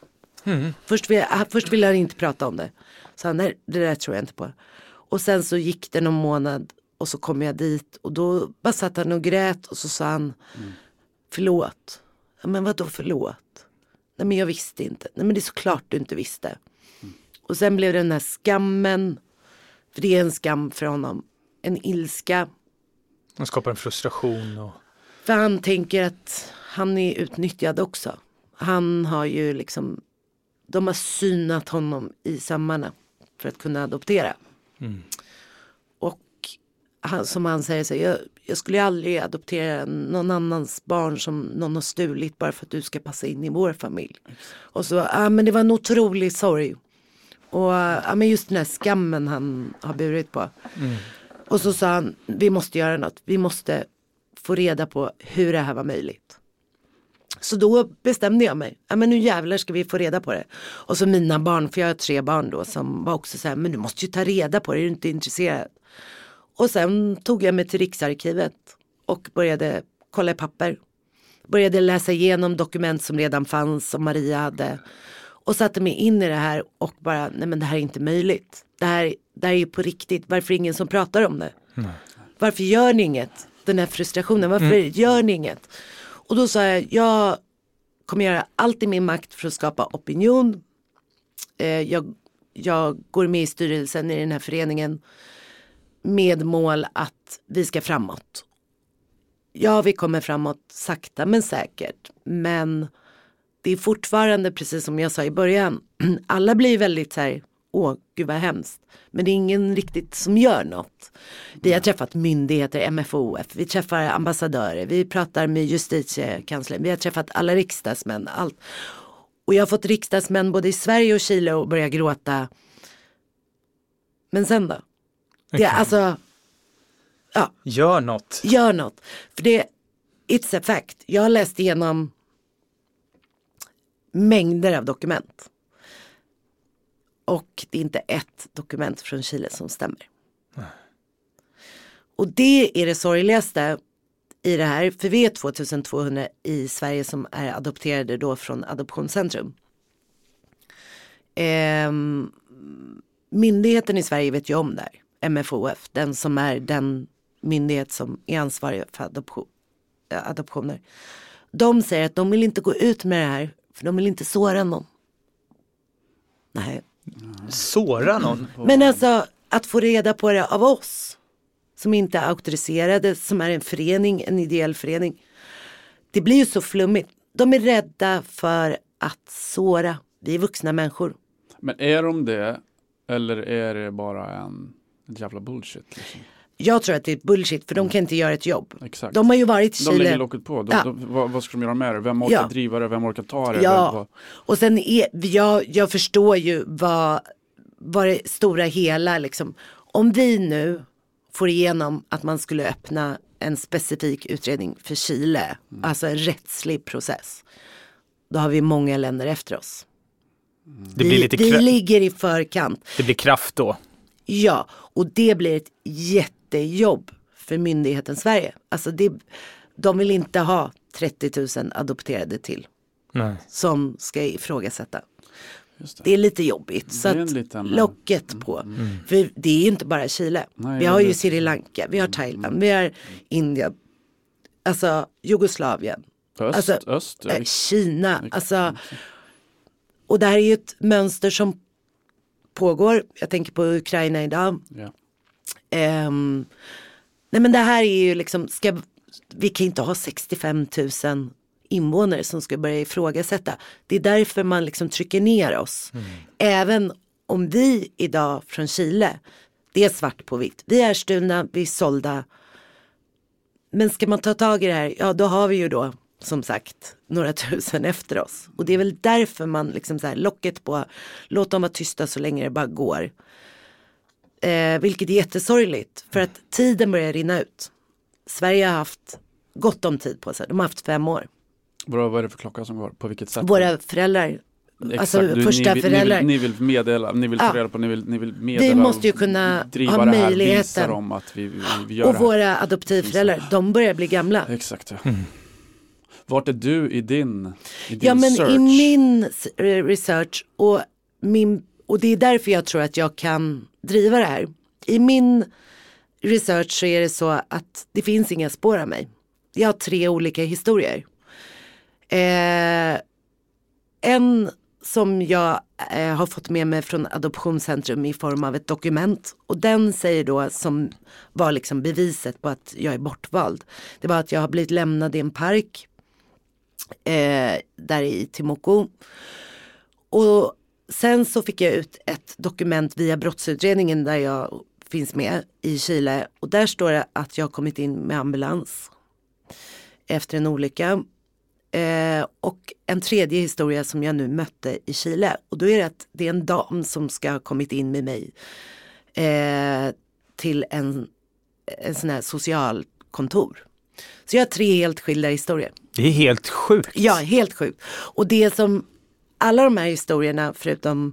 Först ville han inte prata om det. Så han, nej, det där tror jag inte på. Och sen så gick det någon månad och så kom jag dit. Och då bara satt han och grät och så sa han, förlåt. Ja, men vadå förlåt? Nej, men jag visste inte. Nej, men det är såklart du inte visste. Och sen blev det den här skammen. För det är en skam för honom. En ilska. Man skapar en frustration. För han tänker att han är utnyttjad också. Han har ju liksom, de har synat honom i sömmarna för att kunna adoptera. Och som han säger så, jag skulle aldrig adoptera någon annans barn som någon har stulit bara för att du ska passa in i vår familj. Och så, men det var en otrolig sorg. Och men just den här skammen han har burit på. Och så sa han, vi måste göra något. Vi måste få reda på hur det här var möjligt. Så då bestämde jag mig. Men nu jävlar ska vi få reda på det. Och så mina barn, för jag har 3 barn då, som var också så här, men du måste ju ta reda på det, är du inte intresserad? Och sen tog jag mig till Riksarkivet och började kolla i papper. Började läsa igenom dokument som redan fanns, som Maria hade. Och satte mig in i det här och bara, nej men det här är inte möjligt. Det här är ju på riktigt. Varför är ingen som pratar om det? Varför gör ni inget? Den här frustrationen, varför gör ni inget? Och då sa jag kommer göra allt i min makt för att skapa opinion. Jag går med i styrelsen i den här föreningen med mål att vi ska framåt. Ja, vi kommer framåt sakta men säkert. Men det är fortfarande, precis som jag sa i början, alla blir väldigt så här, gud vad hemskt. Men det är ingen riktigt som gör något. Vi har träffat myndigheter, MFOF, vi träffar ambassadörer, vi pratar med justitiekanslern, vi har träffat alla riksdagsmän, allt. Och jag har fått riksdagsmän både i Sverige och Chile och börja gråta. Men sen då? Det är alltså, ja. Gör något. För it's a fact. Jag har läst igenom mängder av dokument. Och det är inte ett dokument från Chile som stämmer. Och det är det sorgligaste i det här. För vi är 2200 i Sverige som är adopterade då från Adoptionscentrum. Myndigheten i Sverige vet ju om det här. MFOF, den som är den myndighet som är ansvarig för adoptioner. De säger att de vill inte gå ut med det här för de vill inte såra någon. Nej. Såra någon? Men alltså att få reda på det av oss som inte är auktoriserade, som är en förening, en ideell förening. Det blir ju så flummigt. De är rädda för att såra. Vi är vuxna människor. Men är de det eller är det bara en jävla bullshit? Liksom? Jag tror att det är bullshit för de kan inte göra ett jobb. Exakt. De har ju varit i Chile. De lägger locket på. Vad ska de göra med det? Vem orkar driva det? Vem orkar ta det? Ja, och sen jag förstår ju vad det stora hela liksom. Om vi nu får igenom att man skulle öppna en specifik utredning för Chile, alltså en rättslig process, då har vi många länder efter oss. Det blir lite vi ligger i förkant. Det blir kraft då. Ja, och det blir ett jättejobb för myndigheten Sverige. Alltså de vill inte ha 30 000 adopterade till. Nej. Som ska ifrågasätta. Det är lite jobbigt. Så att locket på. För det är ju inte bara Chile. Nej, vi har ju Sri Lanka, vi har Thailand, vi har Indien. Alltså Jugoslavien. Kina. Alltså, och det här är ju ett mönster som pågår. Jag tänker på Ukraina idag. Ja. Nej men det här är ju liksom, vi kan inte ha 65 000 invånare som ska börja ifrågasätta. Det är därför man liksom trycker ner oss. Även om vi idag från Chile, det är svart på vitt. Vi är stulna, vi är sålda. Men ska man ta tag i det här, ja då har vi ju då som sagt några tusen efter oss. Och det är väl därför man liksom så här locket på, låt dem vara tysta så länge det bara går. Vilket är jättesorgligt, för att tiden börjar rinna ut. Sverige har haft gott om tid på sig, de har haft 5 år. Vad är det för klocka som går? På vilket sätt? Våra föräldrar, alltså första föräldrar. Ni vill meddela, ni vill ta reda på, ni vill meddela. Vi måste ju kunna ha möjligheten. Om att vi gör och det här. Våra adoptivföräldrar, de börjar bli gamla. Exakt, ja. Vart är du i din search? I min research och det är därför jag tror att jag kan driva det här. I min research så är det så att det finns inga spår av mig. Jag har 3 olika historier. En som jag har fått med mig från Adoptionscentrum i form av ett dokument. Och den säger då, som var liksom beviset på att jag är bortvald. Det var att jag har blivit lämnad i en park. Där i Temuco. Och sen så fick jag ut ett dokument via brottsutredningen där jag finns med i Chile. Och där står det att jag har kommit in med ambulans efter en olycka. Och en tredje historia som jag nu mötte i Chile. Och då är det att det är en dam som ska ha kommit in med mig till en sån här socialkontor. Så jag har 3 helt skilda historier. Det är helt sjukt. Ja, helt sjukt. Och det som alla de här historierna, förutom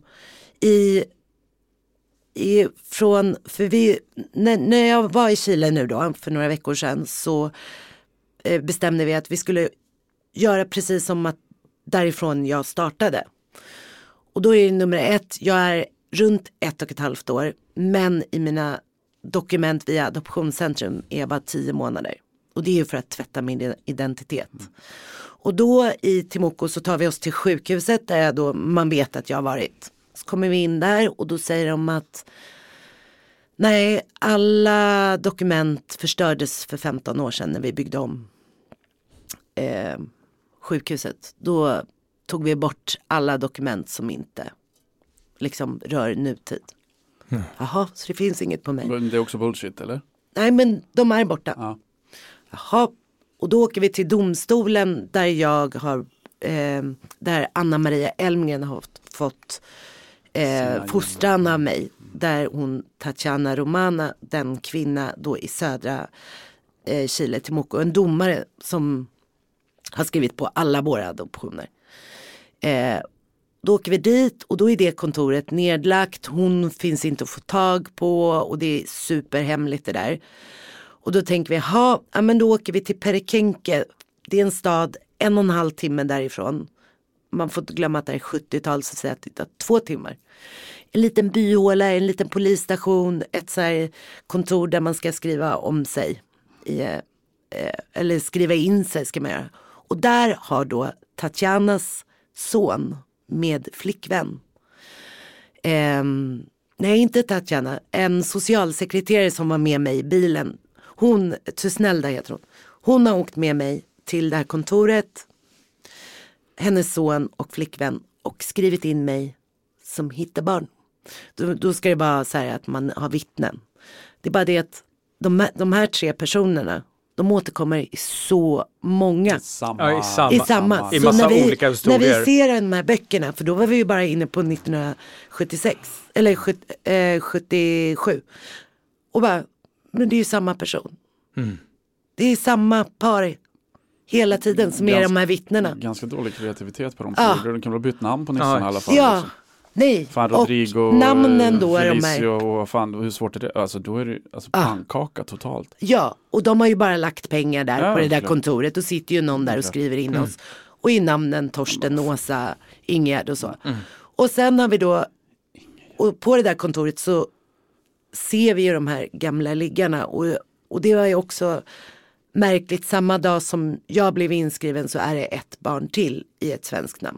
när jag var i Chile nu då, för några veckor sedan, så bestämde vi att vi skulle göra precis som att därifrån jag startade. Och då är det nummer 1, jag är runt 1,5 år, men i mina dokument via Adoptionscentrum är jag bara 10 månader. Och det är ju för att tvätta min identitet. Och då i Temuco så tar vi oss till sjukhuset där man vet att jag har varit. Så kommer vi in där och då säger de att nej, alla dokument förstördes för 15 år sedan när vi byggde om sjukhuset. Då tog vi bort alla dokument som inte liksom rör nutid. Jaha, så det finns inget på mig. Men det är också bullshit, eller? Nej, men de är borta. Ja. Jaha, och då åker vi till domstolen där jag har där Anna-Maria Elmgren har fått fostran av mig. Där hon, Tatiana Romana, den kvinna då i södra Chile, Temuco, en domare som har skrivit på alla våra adoptioner. Då åker vi dit och då är det kontoret nedlagt. Hon finns inte att få tag på och det är superhemligt det där. Och då tänker vi, ja men då åker vi till Perekenque. Det är en stad 1,5 timme därifrån. Man får inte glömma att det är 70-tal, så säger att det tar 2 timmar. En liten byhåla, en liten polisstation, ett så här kontor där man ska skriva om sig. Eller skriva in sig ska man göra. Och där har då Tatianas son med flickvän. Nej, inte Tatiana. En socialsekreterare som var med mig i bilen. Hon, Tusnelda heter hon. Hon har åkt med mig till det här kontoret. Hennes son och flickvän. Och skrivit in mig som hittebarn. Då ska det bara säga att man har vittnen. Det är bara det att de här 3 personerna, de återkommer i så många. I samma. I massa olika historier. När vi ser de här böckerna, för då var vi ju bara inne på 1976 eller 77. Och bara, men det är ju samma person. Det är samma par hela tiden som är de här vittnena. Ganska dålig kreativitet på de sidor. De kan väl ha bytt namn på nissarna i alla fall. Ja, liksom. Nej. Fan, Rodrigo, och namnen då är de här. Och fan, hur svårt är det? Alltså då är det pannkaka totalt. Ja, och de har ju bara lagt pengar där på det där klart. kontoret. Och sitter ju någon där och skriver in oss. Och i namnen Torsten, Åsa, Ingegärd och så. Och sen har vi då, och på det där kontoret så ser vi ju de här gamla liggarna. Och det var ju också märkligt, samma dag som jag blev inskriven så är det ett barn till i ett svenskt namn.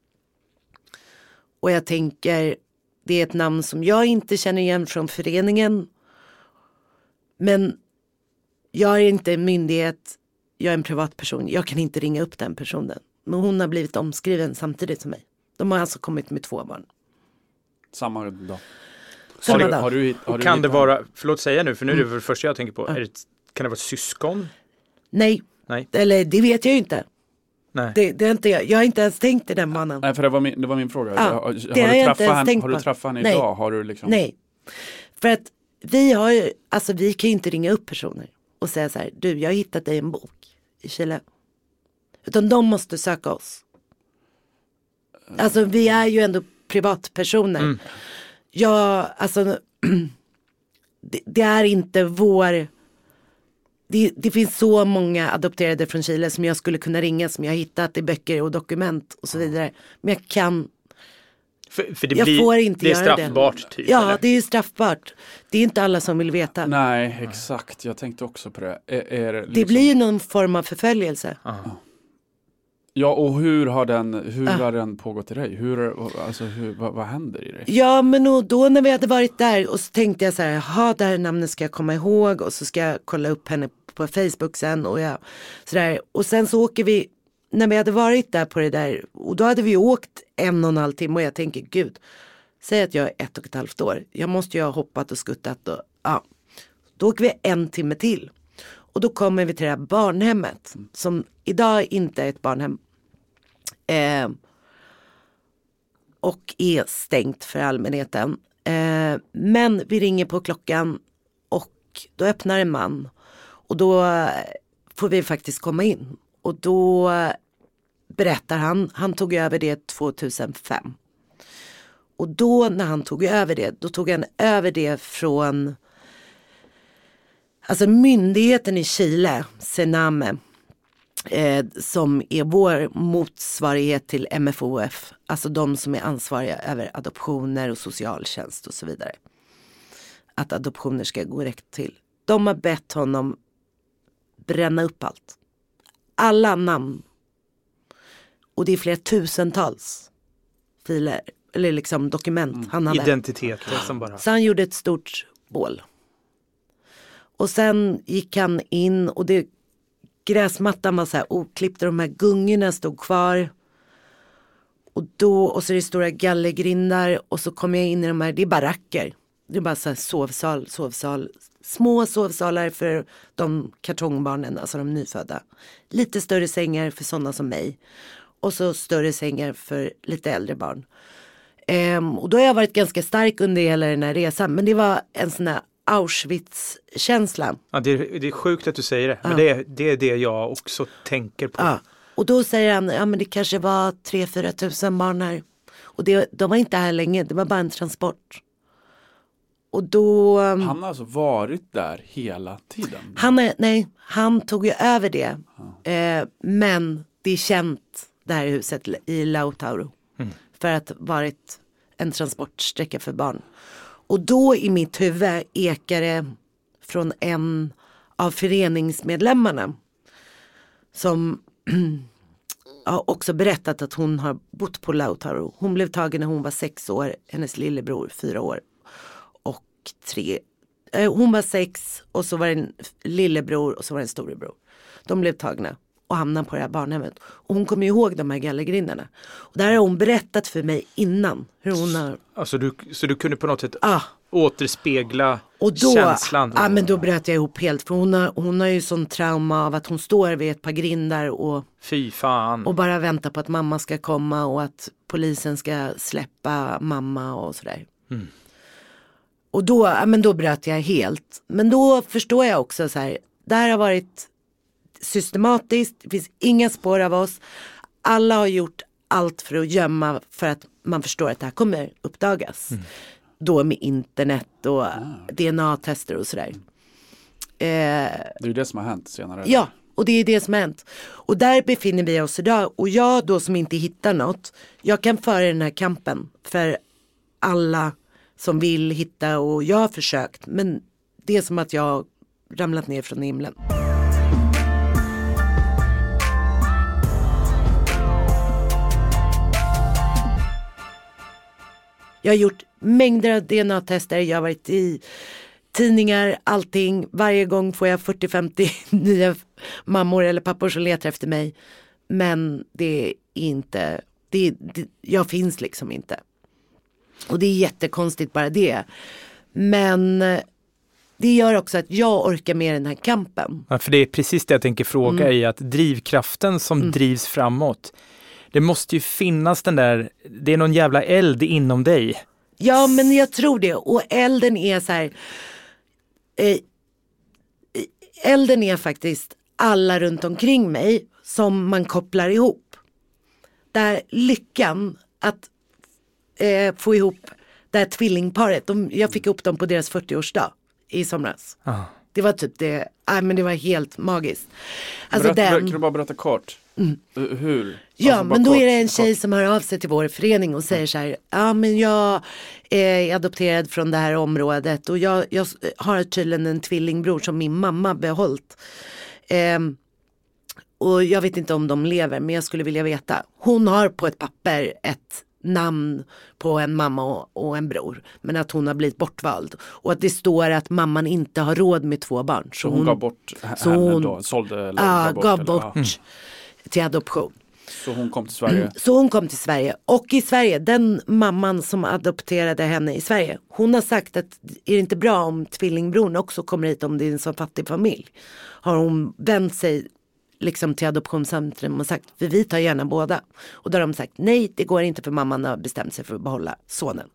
Och jag tänker, det är ett namn som jag inte känner igen från föreningen. Men jag är inte en myndighet, jag är en privatperson. Jag kan inte ringa upp den personen. Men hon har blivit omskriven samtidigt som mig. De har alltså kommit med 2 barn. Samma dag. Samma dag. Kan det vara, förlåt säga nu, för nu är det första jag tänker på. Kan det vara ett syskon? Nej. Eller det vet jag ju inte. Nej. Det är inte jag har inte ens tänkt i den banan. Nej, för det var min fråga. Har du träffat henne idag? Har du liksom... Nej. För att vi kan ju inte ringa upp personer och säga så här, du, jag har hittat dig en bok i Chile. Utan de måste söka oss. Alltså vi är ju ändå privatpersoner. Det är inte vår... Det finns så många adopterade från Chile som jag skulle kunna ringa, som jag har hittat i böcker och dokument och så vidare. Men jag kan... För får inte det är göra straffbart det. typ, Ja, eller? det är ju straffbart. Det är inte alla som vill veta. Nej, exakt. Jag tänkte också på det. Det blir ju någon form av förföljelse. Ja, och hur har den pågått i dig? Vad händer i dig? Ja, men då när vi hade varit där och så tänkte jag så här, det här namnet ska jag komma ihåg och så ska jag kolla upp henne på Facebook sen och sen så åker vi, när vi hade varit där på det där, och då hade vi åkt 1,5 timme och jag tänker, gud, säg att jag är 1,5 år. Jag måste ju ha hoppat och skuttat och då åker vi 1 timme till. Och då kommer vi till det här barnhemmet som idag inte är ett barnhem. Och är stängt för allmänheten. Men vi ringer på klockan och då öppnar en man. Och då får vi faktiskt komma in. Och då berättar han tog över det 2005. Och då när han tog över det, då tog han över det från... Alltså myndigheten i Chile, Sename, som är vår motsvarighet till MFOF. Alltså de som är ansvariga över adoptioner och socialtjänst och så vidare. Att adoptioner ska gå rätt till. De har bett honom bränna upp allt. Alla namn. Och det är flera tusentals filer, eller liksom dokument han hade. Identiteter som bara... Så han gjorde ett stort bål. Och sen gick han in och gräsmattan var så här oklippt och de här gungorna stod kvar. Och så är det stora gallergrindar och så kom jag in i de här, det är baracker. Det är bara så här sovsal. Små sovsalar för de kartongbarnen, alltså de nyfödda. Lite större sängar för sådana som mig. Och så större sängar för lite äldre barn. Och då har jag varit ganska stark under hela den här resan. Men det var en sån här Auschwitz-känsla. Ja, det är sjukt att du säger det. Men det är det jag också tänker på. Ja. Och då säger han, men det kanske var 3-4 tusen barn här. Och de var inte här länge, det var bara en transport. Och då... Han har alltså varit där hela tiden? Han tog ju över det. Men det är känt, det här huset i Lautaro. För att varit en transportsträcka för barn. Och då i mitt huvud ekar det från en av föreningsmedlemmarna. Som har också berättat att hon har bott på Lautaro. Hon blev tagen när hon var 6 år. Hennes lillebror 4 år. Och 3. Hon var 6 och så var det en lillebror och så var det en storebror. De blev tagna och hamnade på det här barnhemmet. Och hon kommer ihåg de här gallergrindarna. Och där har hon berättat för mig innan hur hon har... Alltså så du kunde på något sätt återspegla och då, känslan? Ja, men då bröt jag ihop helt. För hon har ju sån trauma av att hon står vid ett par grindar och... Fy fan. Och bara väntar på att mamma ska komma och att polisen ska släppa mamma och sådär. Och då bröt jag helt. Men då förstår jag också så här, det här har varit systematiskt, det finns inga spår av oss. Alla har gjort allt för att gömma, för att man förstår att det här kommer uppdagas. Då med internet och DNA-tester och sådär. Det är ju det som har hänt senare. Ja, och det är det som har hänt. Och där befinner vi oss idag. Och jag då som inte hittar något, jag kan föra den här kampen för alla som vill hitta, och jag har försökt, men det är som att jag har ramlat ner från himlen. Jag har gjort mängder av DNA-tester, jag har varit i tidningar, allting. Varje gång får jag 40-50 nya mammor eller pappor som letar efter mig. Men det är inte, jag finns liksom inte. Och det är jättekonstigt bara det. Men det gör också att jag orkar med den här kampen. Ja, för det är precis det jag tänker fråga i att drivkraften som drivs framåt. Det måste ju finnas den där, det är någon jävla eld inom dig. Ja, men jag tror det. Och elden är så här, elden är faktiskt alla runt omkring mig som man kopplar ihop. Där lyckan att få ihop det här tvillingparet. Jag fick ihop dem på deras 40-årsdag i somras. Det var typ det, men det var helt magiskt. Alltså kan du bara berätta kort? Hur? Ja, alltså, men då kort, är det en tjej som hör av sig till vår förening och säger så här, ja men jag är adopterad från det här området och jag har tydligen en tvillingbror som min mamma behållit. Och jag vet inte om de lever, men jag skulle vilja veta. Hon har på ett papper ett namn på en mamma och en bror, men att hon har blivit bortvald och att det står att mamman inte har råd med 2 barn. Så hon gav bort henne då? Sålde eller gav bort till adoption. Så hon kom till Sverige? Så hon kom till Sverige. Och i Sverige, den mamman som adopterade henne i Sverige, hon har sagt att är det inte bra om tvillingbrorn också kommer hit om det är en så fattig familj. Har hon vänt sig liksom till adoptionscentrum och sagt, för vi tar gärna båda. Och då har de sagt, nej det går inte för mamman har bestämt sig för att behålla sonen.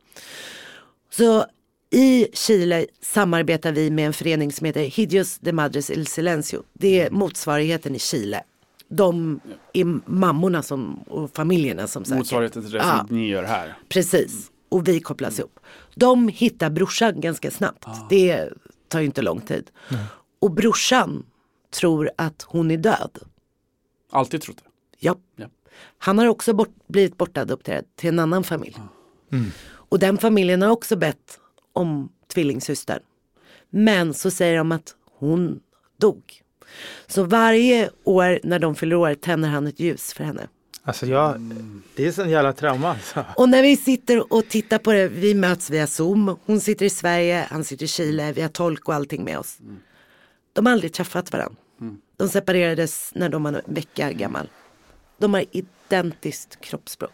Så i Chile samarbetar vi med en förening som heter Hijos de Madres El Silencio. Det är motsvarigheten i Chile. De är mammorna och familjerna som sagt. Motsvarigheten till det som ni gör här. Precis. Och vi kopplas ihop. De hittar brorsan ganska snabbt. Det tar ju inte lång tid. Och brorsan tror att hon är död. Alltid trott det? Ja. Han har också blivit bortadopterad till en annan familj. Och den familjen har också bett om tvillingsyster. Men så säger de att hon dog. Så varje år när de fyller år tänder han ett ljus för henne. Alltså det är sån jävla trauma. Alltså. Och när vi sitter och tittar på det, vi möts via Zoom. Hon sitter i Sverige, han sitter i Chile, vi har tolk och allting med oss. De har aldrig träffat varandra. De separerades när de var en vecka gammal. De har identiskt kroppsspråk.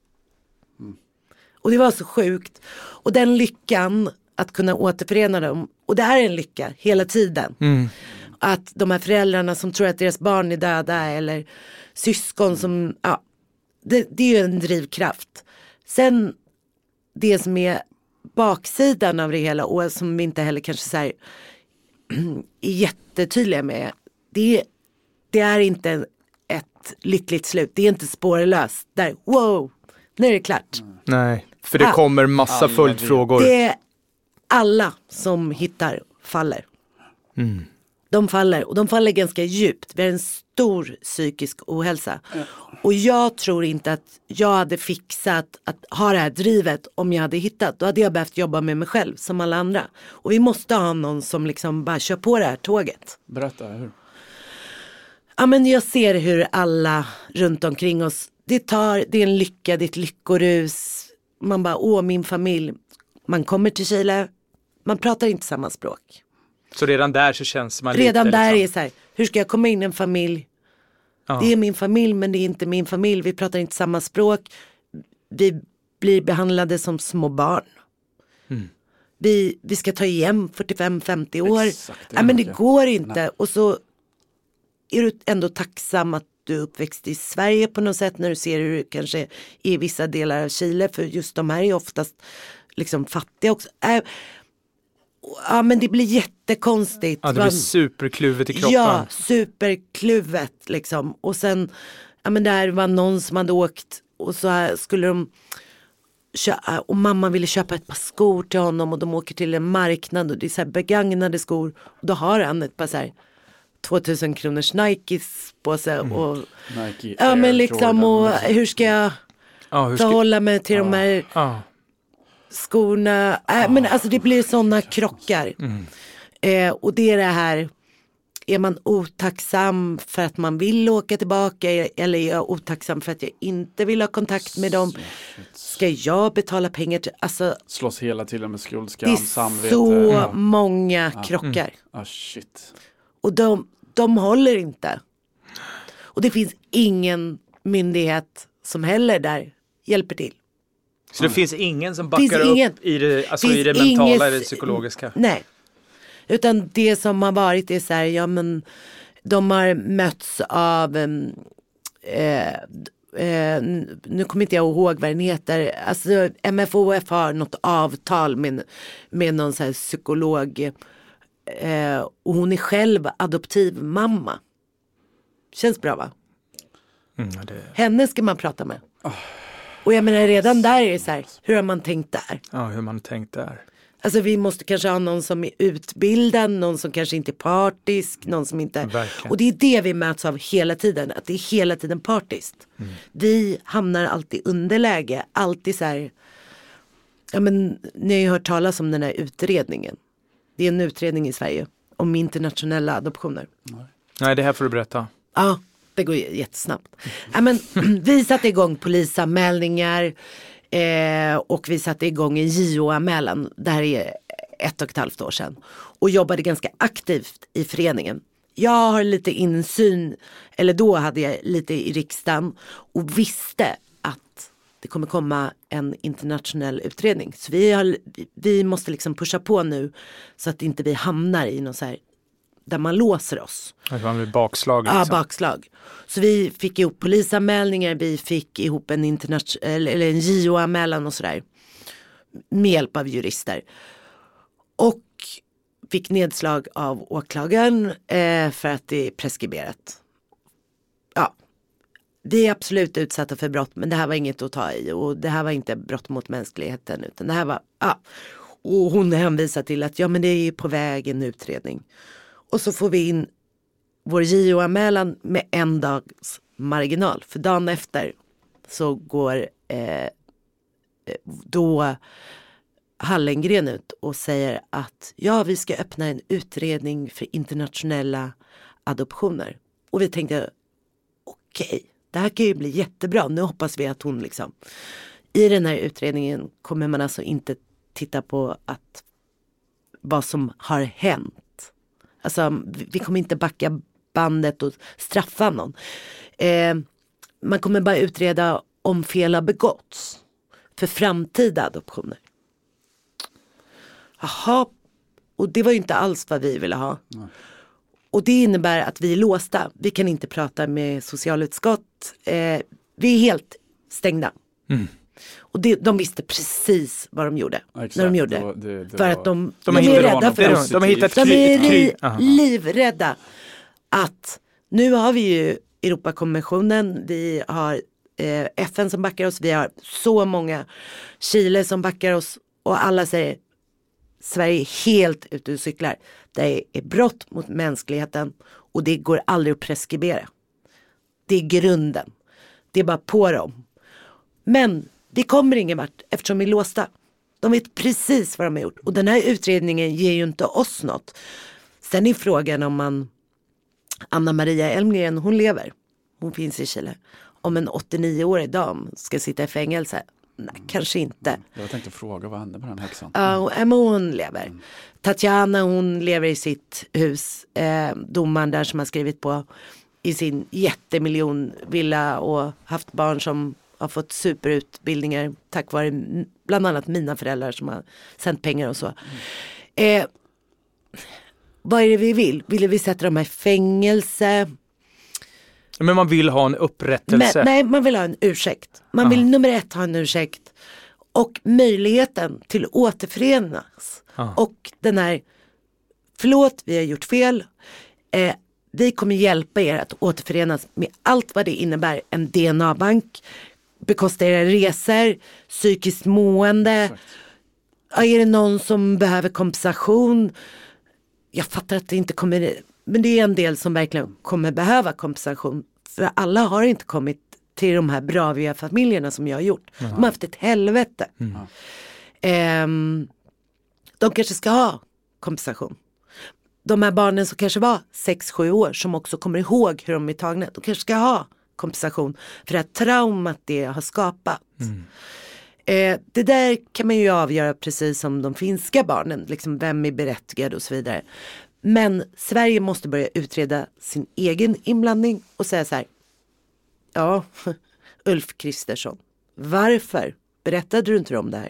Och det var så sjukt. Och den lyckan att kunna återförena dem. Och det här är en lycka hela tiden. Att de här föräldrarna som tror att deras barn är döda eller syskon som, det är ju en drivkraft. Sen det som är baksidan av det hela och som vi inte heller kanske så här är jättetydliga med, det är inte ett lyckligt slut. Det är inte spårlöst. Där, wow, nu är det klart. Nej, för det kommer massa följdfrågor. Det är alla som hittar faller. De faller och de faller ganska djupt. Vi har en stor psykisk ohälsa. Och jag tror inte att jag hade fixat att ha det här drivet om jag hade hittat. Då hade jag behövt jobba med mig själv som alla andra. Och vi måste ha någon som liksom bara kör på det här tåget. Berätta, hur? Ja, men jag ser hur alla runt omkring oss, det är en lycka, det är ett lyckorus. Man bara, min familj. Man kommer till Chile, man pratar inte samma språk. Så redan där så känns man redan lite, där liksom. är så här, hur ska jag komma in i en familj? Det är min familj men det är inte min familj. Vi pratar inte samma språk. Vi blir behandlade som små barn. Vi ska ta igen 45-50 år. Exakt, men det går inte. Nej. Och så är du ändå tacksam att du är uppväxt i Sverige på något sätt när du ser hur det kanske i vissa delar av Chile. För just de här är oftast liksom fattiga också. Ja, men det blir jättekonstigt. Ja, det blir superkluvet i kroppen. Ja, superkluvet liksom. Och sen, där var någon som hade åkt och så här skulle de och mamma ville köpa ett par skor till honom och de åker till en marknad och det är så här begagnade skor och då har han ett par så här 2000 kronors Nikes på sig och Nike men liksom och hur ska jag förhålla mig till de här skorna, men alltså det blir såna krockar. Och det är det här är man otacksam för att man vill åka tillbaka, eller är jag otacksam för att jag inte vill ha kontakt med dem? Ska jag betala pengar till, alltså, slåss hela tiden med skuldskam, det är samvete. så många krockar. Shit. Och de håller inte. Och det finns ingen myndighet som heller där hjälper till. Så det finns ingen som backar upp i det, alltså i det mentala eller det psykologiska? Nej. Utan det som har varit är så här, ja men de har mötts av nu kommer inte jag ihåg vad den heter. Alltså MFOF har något avtal med någon så här psykolog. Och hon är själv adoptiv mamma. Känns bra, va? Henne ska man prata med. Och jag menar redan där är det så här, hur har man tänkt där? Ja, hur man tänkt där. Alltså vi måste kanske ha någon som är utbildad, någon som kanske inte är partisk, någon som inte... Verkligen. Och det är det vi möts av hela tiden, att det är hela tiden partiskt. Vi hamnar alltid underläge, alltid så här... Ja men, ni har ju hört talas om den här utredningen. Det är en utredning i Sverige om internationella adoptioner. Nej, det här får du berätta. Ja, det går jättesnabbt. Ja, men, vi satte igång polisanmälningar och vi satte igång en JO-anmälan. Det här är 1,5 år sedan. Och jobbade ganska aktivt i föreningen. Jag har lite insyn, eller då hade jag lite i riksdagen och visste att det kommer komma en internationell utredning. Så vi måste liksom pusha på nu så att inte vi hamnar i någon så här där man låser oss. Att man blir bakslag. Liksom. Ja, bakslag. Så vi fick ihop polisanmälningar, vi fick ihop en en JO-anmälan och sådär. Med hjälp av jurister. Och fick nedslag av åklagaren för att det är preskriberat. Ja, vi är absolut utsatta för brott, men det här var inget att ta i. Och det här var inte brott mot mänskligheten, utan det här var, ja. Och hon hänvisar till att ja men det är ju på väg en utredning. Och så får vi in vår JO-anmälan med 1 dags marginal. För dagen efter så går då Hallengren ut och säger att ja, vi ska öppna en utredning för internationella adoptioner. Och vi tänkte okej, det här kan ju bli jättebra. Nu hoppas vi att hon liksom i den här utredningen kommer man alltså inte titta på att vad som har hänt. Alltså vi kommer inte backa bandet och straffa någon. Man kommer bara utreda om fel har begåtts för framtida adoptioner. Jaha, och det var ju inte alls vad vi ville ha. Nej. Och det innebär att vi är låsta. Vi kan inte prata med socialutskott. Vi är helt stängda. Mm. Och de visste precis vad de gjorde. Ja, när de gjorde. Det för att de är rädda för oss. De är livrädda att nu har vi ju Europakonventionen. Vi har FN som backar oss. Vi har så många Chile som backar oss. Och alla säger Sverige är helt ute och cyklar. Det är brott mot mänskligheten. Och det går aldrig att preskribera. Det är grunden. Det är bara på dem. Men vi kommer ingen vart eftersom vi är låsta. De vet precis vad de har gjort. Och den här utredningen ger ju inte oss något. Sen är frågan om Anna Maria Elmgren, hon lever. Hon finns i Chile. Om en 89-årig dam ska sitta i fängelse. Nej, kanske inte. Jag tänkte fråga, vad hände med den häxan? Ja, Emma hon lever. Tatjana hon lever i sitt hus. Domaren där som har skrivit på i sin jättemiljonvilla och haft barn som har fått superutbildningar tack vare bland annat mina föräldrar som har sänt pengar och så. Vad är det vi vill? Vill vi sätta dem i fängelse? Men man vill ha en upprättelse. Nej, man vill ha en ursäkt. Man vill nummer 1 ha en ursäkt. Och möjligheten till att återförenas. Och den här, förlåt, vi har gjort fel. Vi kommer hjälpa er att återförenas med allt vad det innebär. En DNA-bank, bekosta era resor, psykiskt mående. Är det någon som behöver kompensation? Jag fattar att det inte kommer, men det är en del som verkligen kommer behöva kompensation. För alla har inte kommit till de här braviga familjerna som jag har gjort. De har haft ett helvete. De kanske ska ha kompensation. de här barnen som kanske var 6-7 år som också kommer ihåg hur de är tagna, de kanske ska ha kompensation för det här traumat det har skapat. Det där kan man ju avgöra precis som de finska barnen, liksom vem är berättigad och så vidare. Men Sverige måste börja utreda sin egen inblandning och säga så här: ja, Ulf Kristersson, varför berättade du inte om det här?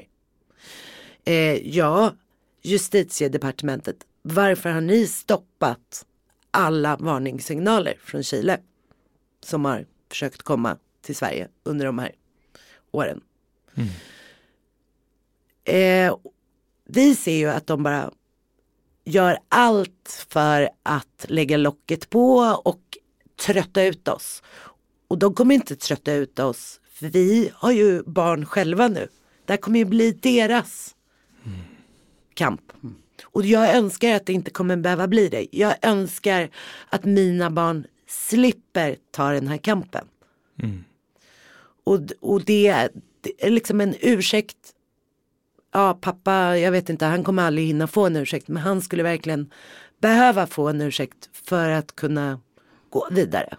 Ja, Justitiedepartementet, varför har ni stoppat alla varningssignaler från Chile som har försökt komma till Sverige under de här åren? Vi ser ju att de bara gör allt för att lägga locket på och trötta ut oss. Och de kommer inte trötta ut oss, för vi har ju barn själva nu. Det här kommer ju bli deras kamp. Och jag önskar att det inte kommer behöva bli det. Jag önskar att mina barn slipper ta den här kampen. Och det är liksom en ursäkt. Ja, pappa, jag vet inte, han kommer aldrig hinna få en ursäkt. Men han skulle verkligen behöva få en ursäkt för att kunna gå vidare.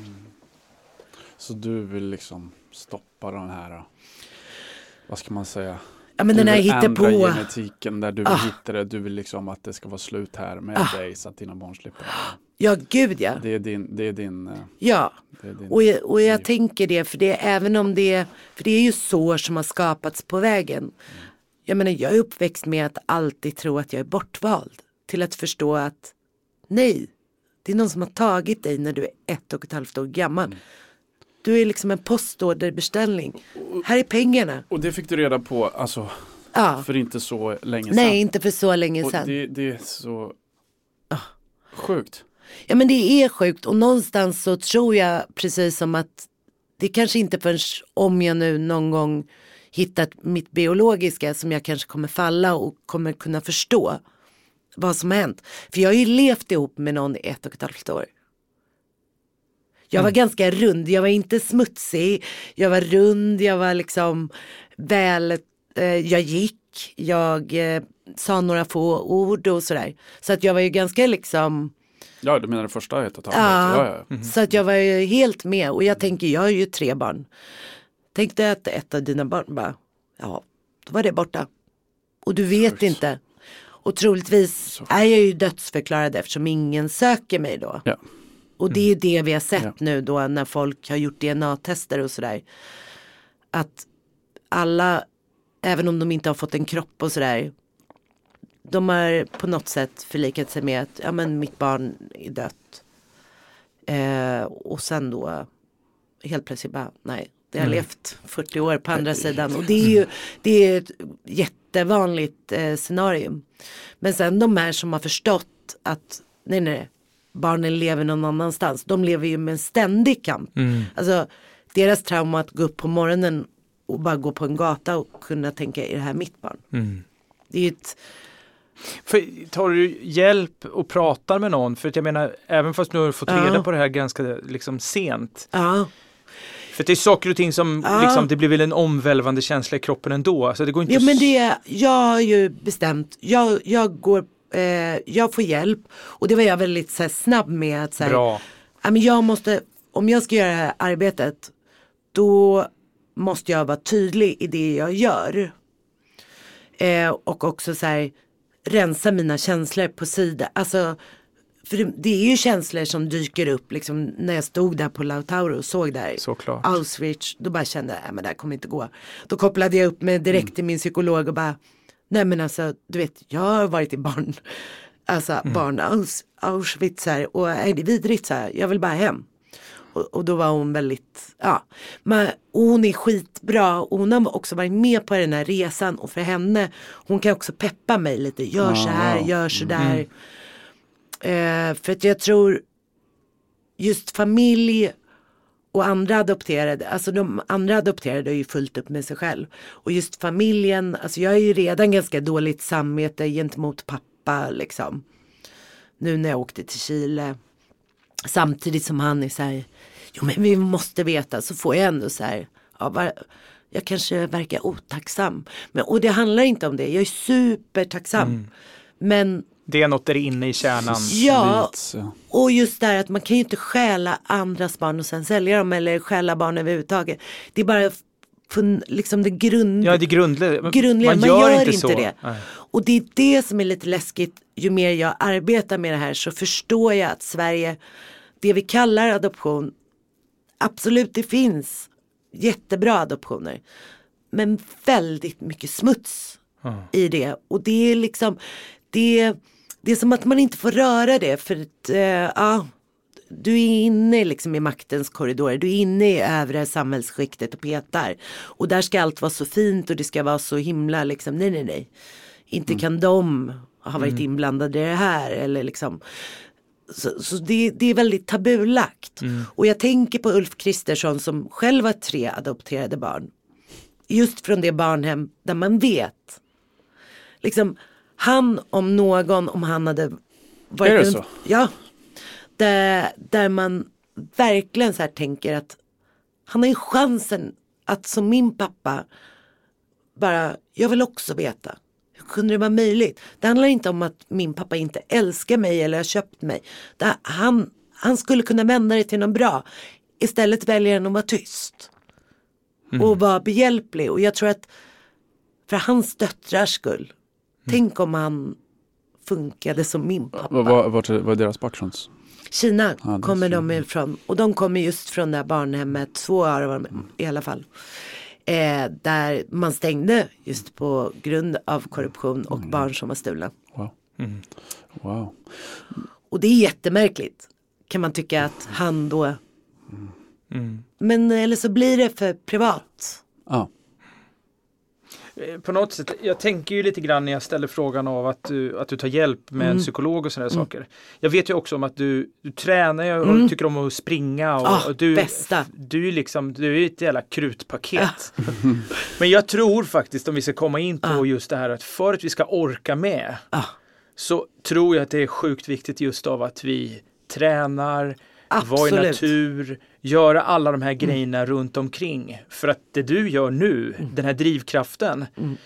Så du vill liksom stoppa den här, vad ska man säga? Ja, men den här hittepå hittepå genetiken där du vill hitta det. Du vill liksom att det ska vara slut här med dig så att dina barn slipper det. Ja, gud ja. Det är din ja, det är din och jag tänker det, för det är även om det, för det är ju sår som har skapats på vägen. Jag menar, jag är uppväxt med att alltid tro att jag är bortvald. Till att förstå att nej, det är någon som har tagit dig när du är 1,5 år gammal. Du är liksom en postorderbeställning. Här är pengarna. Och det fick du reda på alltså, för inte så länge sedan. Nej, inte för så länge sedan. Och det är så sjukt. Ja, men det är sjukt. Och någonstans så tror jag precis som att det kanske inte förrän om jag nu någon gång hittat mitt biologiska som jag kanske kommer falla och kommer kunna förstå vad som har hänt. För jag har ju levt ihop med någon i 1,5 år. Jag var ganska rund, jag var inte smutsig, jag var rund, jag var liksom väl, jag gick, jag sa några få ord och sådär. Så att jag var ju ganska liksom... Ja, du menar det första 1,5 år? Ja. Så att jag var ju helt med, och jag tänker, jag har ju 3 barn. Tänkte att ett av dina barn bara, ja, då var det borta. Och du vet inte. Och troligtvis är jag ju dödsförklarad eftersom ingen söker mig då. Ja. Och det är det vi har sett nu då när folk har gjort DNA-tester och sådär. Att alla, även om de inte har fått en kropp och sådär, de har på något sätt förlikat sig med att ja, men mitt barn är dött. Och sen då helt plötsligt bara, nej, det har levt 40 år på andra sidan. Och det är ett jättevanligt scenario. Men sen de här som har förstått att nej, barnen lever någon annanstans. De lever ju med en ständig kamp. Alltså deras trauma att gå upp på morgonen och bara gå på en gata och kunna tänka, är det här mitt barn? Det är ju ett... Tar du hjälp och pratar med någon? För att jag menar, även fast du har fått reda på det här ganska liksom sent. Ja. För det är saker och ting som liksom, det blir väl en omvälvande känsla i kroppen ändå. Alltså, det går inte men jag har ju bestämt, jag får hjälp, och det var jag väldigt så här, snabb med att säga. Bra. Men jag måste, om jag ska göra det här arbetet, då måste jag vara tydlig i det jag gör. Och också så här, rensa mina känslor på sida. Alltså, för det är ju känslor som dyker upp liksom, när jag stod där på Lautaro och såg där Auschwitz, då bara kände jag, men det här kommer inte gå. Då kopplade jag upp mig direkt till min psykolog och bara, nej men alltså, du vet, jag har varit i barn Auschwitz här, och är det vidrigt så här, jag vill bara hem. Och då var hon väldigt, men hon är skitbra, och hon har också varit med på den här resan, och för henne, hon kan också peppa mig lite, gör så här, gör så där. För att jag tror just familj och andra adopterade, alltså de andra adopterade är ju fullt upp med sig själv, och just familjen, alltså jag är ju redan ganska dåligt samvete gentemot pappa liksom, nu när jag åkte till Chile, samtidigt som han är så här, jo men vi måste veta, så får jag ändå så här, jag kanske verkar otacksam, men, och det handlar inte om det, jag är supertacksam, men Det är något där inne i kärnan. Ja, och just där att man kan ju inte stjäla andras barn och sen sälja dem eller stjäla barn överhuvudtaget. Det är bara liksom det grundliga. Ja, det grundliga. Man gör inte så. det. Nej. Och det är det som är lite läskigt. Ju mer jag arbetar med det här så förstår jag att Sverige, det vi kallar adoption, absolut det finns jättebra adoptioner. Men väldigt mycket smuts i det. Och det är liksom, det är som att man inte får röra det. För att, du är inne liksom i maktens korridorer. Du är inne i övre samhällsskiktet och petar. Och där ska allt vara så fint och det ska vara så himla liksom, nej. Inte kan de ha varit inblandade i det här eller liksom. Så det är väldigt tabulagt. Och jag tänker på Ulf Kristersson som själv har 3 adopterade barn. Just från det barnhem där man vet. Liksom han om han hade varit... Är det så? Ja. Där man verkligen så här tänker att han har ju chansen att som min pappa bara, jag vill också veta. Hur kunde det vara möjligt? Det handlar inte om att min pappa inte älskar mig eller har köpt mig. Han skulle kunna vända det till något bra. Istället väljer han att vara tyst. Och vara behjälplig. Och jag tror att för hans döttrars skull. Tänk om han funkade som min pappa. Vad är deras bakgrund? Kina kommer de ifrån. Och de kommer just från det här barnhemmet. 2 av dem i alla fall. Där man stängde just på grund av korruption och barn som var stulna. Wow. Och det är jättemärkligt. Kan man tycka att han då... Men eller så blir det för privat. Ja. På något sätt, jag tänker ju lite grann när jag ställer frågan av att du tar hjälp med en psykolog och sådana saker. Jag vet ju också om att du tränar och tycker om att springa och bästa. Du är ett jävla krutpaket. Men jag tror faktiskt, om vi ska komma in på just det här, att för att vi ska orka med så tror jag att det är sjukt viktigt just av att vi tränar, vara i natur, göra alla de här grejerna runt omkring. För att det du gör nu, den här drivkraften,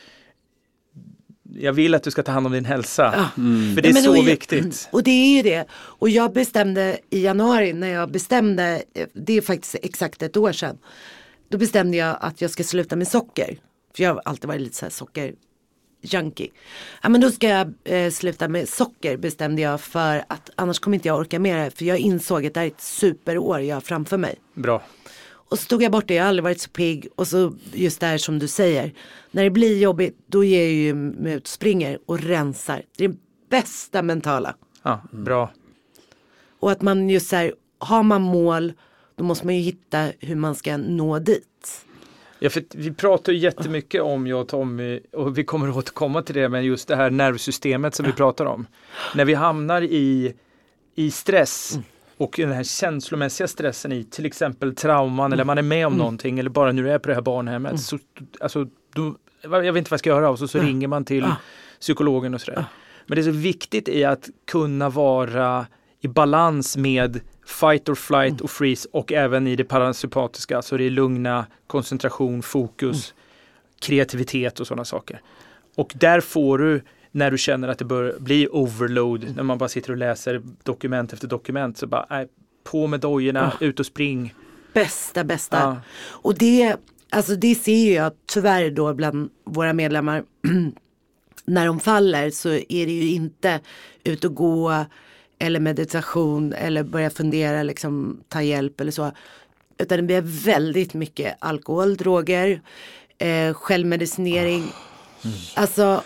jag vill att du ska ta hand om din hälsa. För det är så viktigt. Och det är ju det. Och jag bestämde i januari, när jag bestämde, det är faktiskt exakt 1 år sedan, då bestämde jag att jag ska sluta med socker. För jag har alltid varit lite så här socker-junkie. Ja, men då ska jag sluta med socker, bestämde jag, för att annars kommer inte jag orka med det här. För jag insåg att det här är ett superår jag har framför mig. Bra. Och så tog jag bort det, jag har aldrig varit så pigg. Och så just det här som du säger, när det blir jobbigt, då ger jag ju mig ut, springer och rensar. Det är det bästa mentala. Ja, bra. Och att man just så här, har man mål, då måste man ju hitta hur man ska nå dit. Ja, för vi pratar ju jättemycket om, jag och Tommy, och vi kommer att återkomma till det, men just det här nervsystemet som vi pratar om. När vi hamnar i stress och den här känslomässiga stressen i till exempel trauman eller man är med om någonting eller bara nu är jag på det här barnhemmet så, alltså, jag vet inte vad jag ska göra och så ringer man till psykologen och sådär. Men det är så viktigt i att kunna vara i balans med fight or flight och freeze och även i det parasympatiska, så det är lugna, koncentration, fokus, kreativitet och sådana saker. Och där får du, när du känner att det bör bli overload, när man bara sitter och läser dokument efter dokument, så bara på med dojorna, ut och spring. Bästa. Ja. Och det ser jag tyvärr då bland våra medlemmar. När de faller så är det ju inte ut och gå eller meditation eller börja fundera, liksom ta hjälp eller så. Utan det blir väldigt mycket alkohol, droger, självmedicinering. Alltså,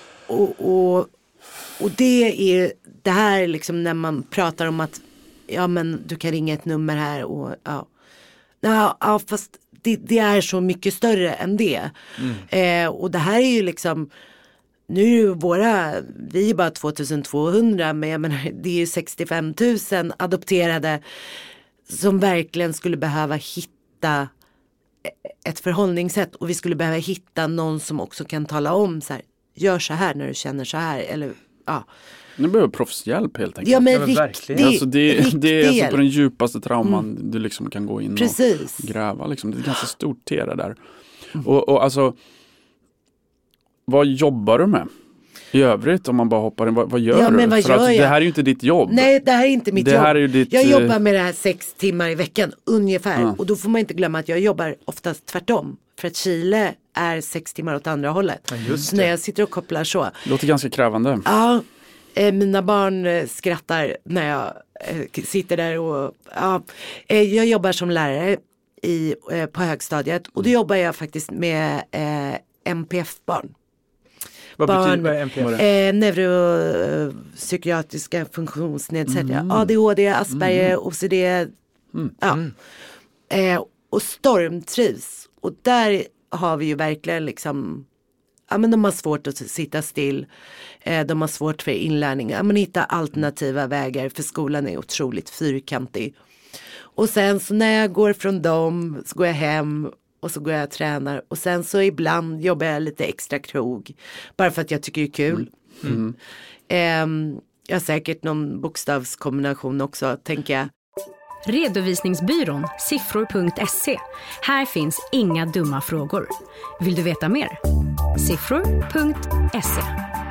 och det är det här liksom när man pratar om att ja men du kan ringa ett nummer här och ja fast det är så mycket större än det. Och det här är ju liksom, nu är ju vi är bara 2200, men jag menar, det är ju 65 000 adopterade som verkligen skulle behöva hitta ett förhållningssätt, och vi skulle behöva hitta någon som också kan tala om så här, gör så här när du känner så här, eller Nu behöver proffshjälp helt enkelt. Ja, men verkligen. Alltså det är alltså på den djupaste trauman du liksom kan gå in och gräva liksom. Det är ett ganska stort te där. Och alltså, vad jobbar du med? I övrigt, om man bara hoppar in, vad gör Ja, du? men vad För att gör jag? det här är ju inte ditt jobb. Nej, det här är inte mitt Det jobb. här är ju ditt, Jag jobbar med det här 6 timmar i veckan ungefär. Ja. Och då får man inte glömma att jag jobbar oftast tvärtom. För att Chile är 6 timmar åt andra hållet. Ja, just så det. när jag sitter och kopplar så. Det låter ganska krävande. Ja, mina barn skrattar när jag sitter där och jag jobbar som lärare på högstadiet. Och då jobbar jag faktiskt med MPF-barn. Vad betyder MPF? Neuropsykiatriska funktionsnedsättningar. ADHD, Asperger, OCD. Och stormtrivs. Och där har vi ju verkligen liksom, men de har svårt att sitta still. De har svårt för inlärning. Man hittar alternativa vägar, för skolan är otroligt fyrkantig. Och sen så när jag går från dem så går jag hem och så går jag och tränar. Och sen så ibland jobbar jag lite extra krog. Bara för att jag tycker det är kul. Jag har säkert någon bokstavskombination också, tänker jag. Redovisningsbyrån siffror.se. Här finns inga dumma frågor. Vill du veta mer? Siffror.se.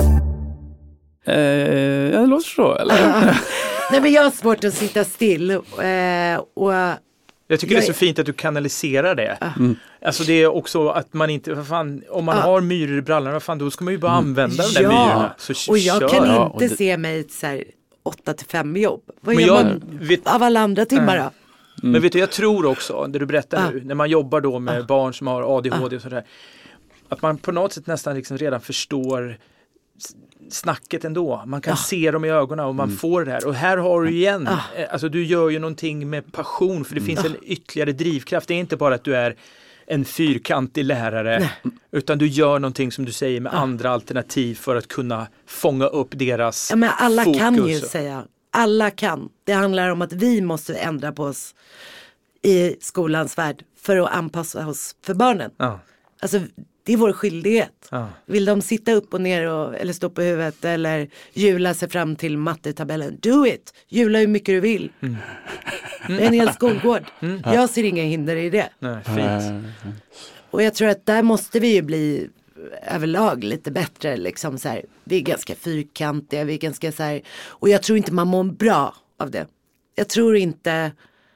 Det låter så, eller? Nej, men jag har svårt att sitta still. Och jag tycker det är så fint att du kanaliserar det. Alltså det är också att man inte, om man har myror i brallorna, då ska man ju bara använda de där myrorna. Så och jag kan inte se mig ett så här 8-5 jobb. Vad men gör man av alla andra timmar då? Men vet du, jag tror också, det du berättar nu, när man jobbar då med barn som har ADHD och sådär, att man på något sätt nästan liksom redan förstår snacket ändå. Man kan se dem i ögonen och man får det här. Och här har du igen, alltså du gör ju någonting med passion, för det finns en ytterligare drivkraft. Det är inte bara att du är en fyrkantig lärare, utan du gör någonting som du säger med andra alternativ för att kunna fånga upp deras men alla fokus. kan ju säga. Alla kan. Det handlar om att vi måste ändra på oss i skolans värld för att anpassa oss för barnen. Alltså det är vår skyldighet. Vill de sitta upp och ner eller stå på huvudet eller hjula sig fram till mattetabellen? Do it! Hjula hur mycket du vill. Det är en hel skolgård. Jag ser inga hinder i det. Nej, fint. Och jag tror att där måste vi ju bli överlag lite bättre. Liksom så här. Vi är ganska fyrkantiga. Vi är ganska så här, och jag tror inte man mår bra av det. Jag tror inte...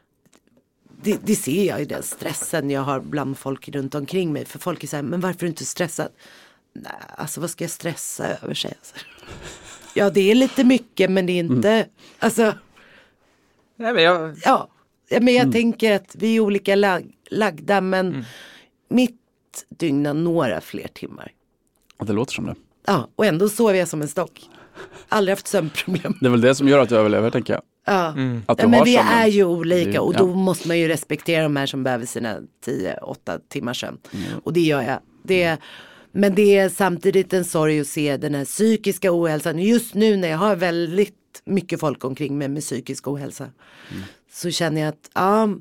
Det ser jag i den stressen jag har bland folk runt omkring mig. För folk är så här, men varför är du inte stressad? Nej, alltså vad ska jag stressa över sig? Alltså. Ja, det är lite mycket, men det är inte... Alltså... Nej, men men jag tänker att vi är olika lagda, men mitt dygn har några fler timmar. Och det låter som det. Ja, och ändå sover jag som en stock. Aldrig haft sömnproblem. Det är väl det som gör att du överlever, tänker jag. Att du men har vi sömnen. är ju olika och då måste man ju respektera de här som behöver sina 10-8 timmar sömn. Och det gör jag. Men det är samtidigt en sorg att se den här psykiska ohälsan. Just nu när jag har väldigt mycket folk omkring mig med psykisk ohälsa, så känner jag att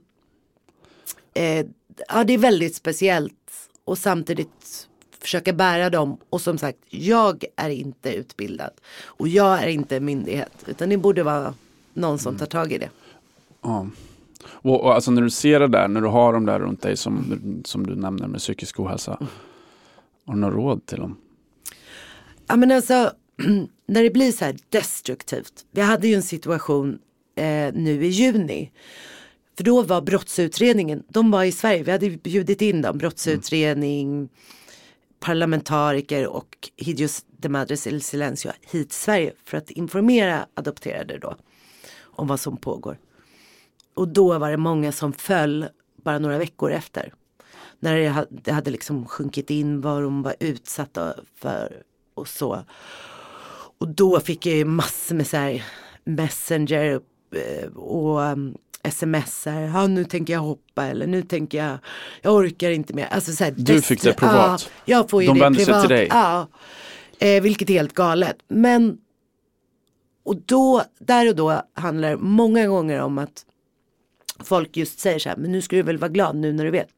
det är väldigt speciellt. Och samtidigt försöka bära dem. Och som sagt, jag är inte utbildad. Och jag är inte en myndighet. Utan det borde vara någon som tar tag i det. Ja. Och alltså när du ser det där, när du har dem där runt dig som du nämner med psykisk ohälsa. Har du några råd till dem? Ja, men alltså, när det blir så här destruktivt. Vi hade ju en situation nu i juni. För då var brottsutredningen, de var i Sverige. Vi hade bjudit in dem, brottsutredning, parlamentariker och Hidios de Madres El Silencio hit till Sverige för att informera adopterade då om vad som pågår. Och då var det många som föll bara några veckor efter. När det hade liksom sjunkit in vad de var utsatta för och så. Och då fick jag ju massor med så här Messenger och sms'er. Ja, nu tänker jag hoppa eller nu tänker jag orkar inte mer. Alltså så här, du fick det privat? Ja, jag får ju de det privat. De vände sig till dig? Ja, vilket är helt galet. Men, och då, där och då handlar det många gånger om att folk just säger så här, men nu ska du väl vara glad nu när du vet.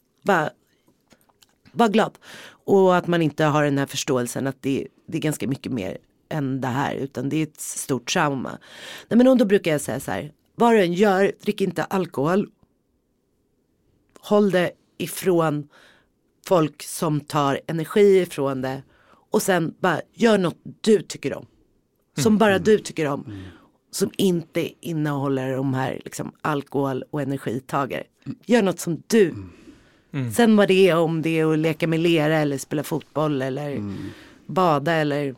Var glad. Och att man inte har den här förståelsen att det är ganska mycket mer än det här, utan det är ett stort trauma. Nej, men då brukar jag säga så här, vad du än gör, drick inte alkohol. Håll det ifrån folk som tar energi ifrån det. Och sen bara gör något du tycker om. Som bara du tycker om. Som inte innehåller de här liksom, alkohol och energitagare. Gör något som du. Sen vad det är, om det är att leka med lera eller spela fotboll eller bada eller...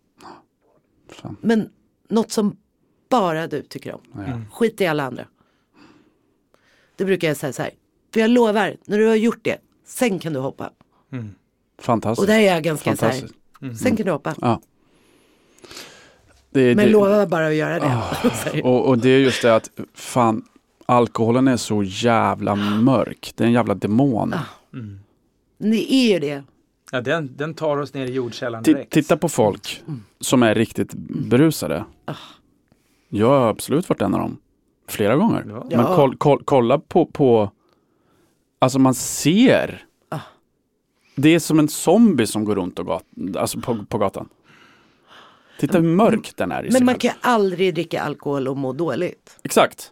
Men något som bara du tycker om. Skit i alla andra. Det brukar jag säga så här. För jag lovar, när du har gjort det, sen kan du hoppa. Fantastiskt. Och där är jag ganska så här. Sen kan du hoppa. Ja. Men lovar bara att göra det. Och det är just det att fan, alkoholen är så jävla mörk. Det är en jävla demon. Det är ju det. Ja, den tar oss ner i jordkällan direkt. Titta på folk som är riktigt berusade. Jag har absolut varit en av dem. Flera gånger. Ja. Men kolla på... Alltså man ser... Det är som en zombie som går runt på gatan. Titta hur mörk den är i sig. Men man kan aldrig dricka alkohol och må dåligt. Exakt.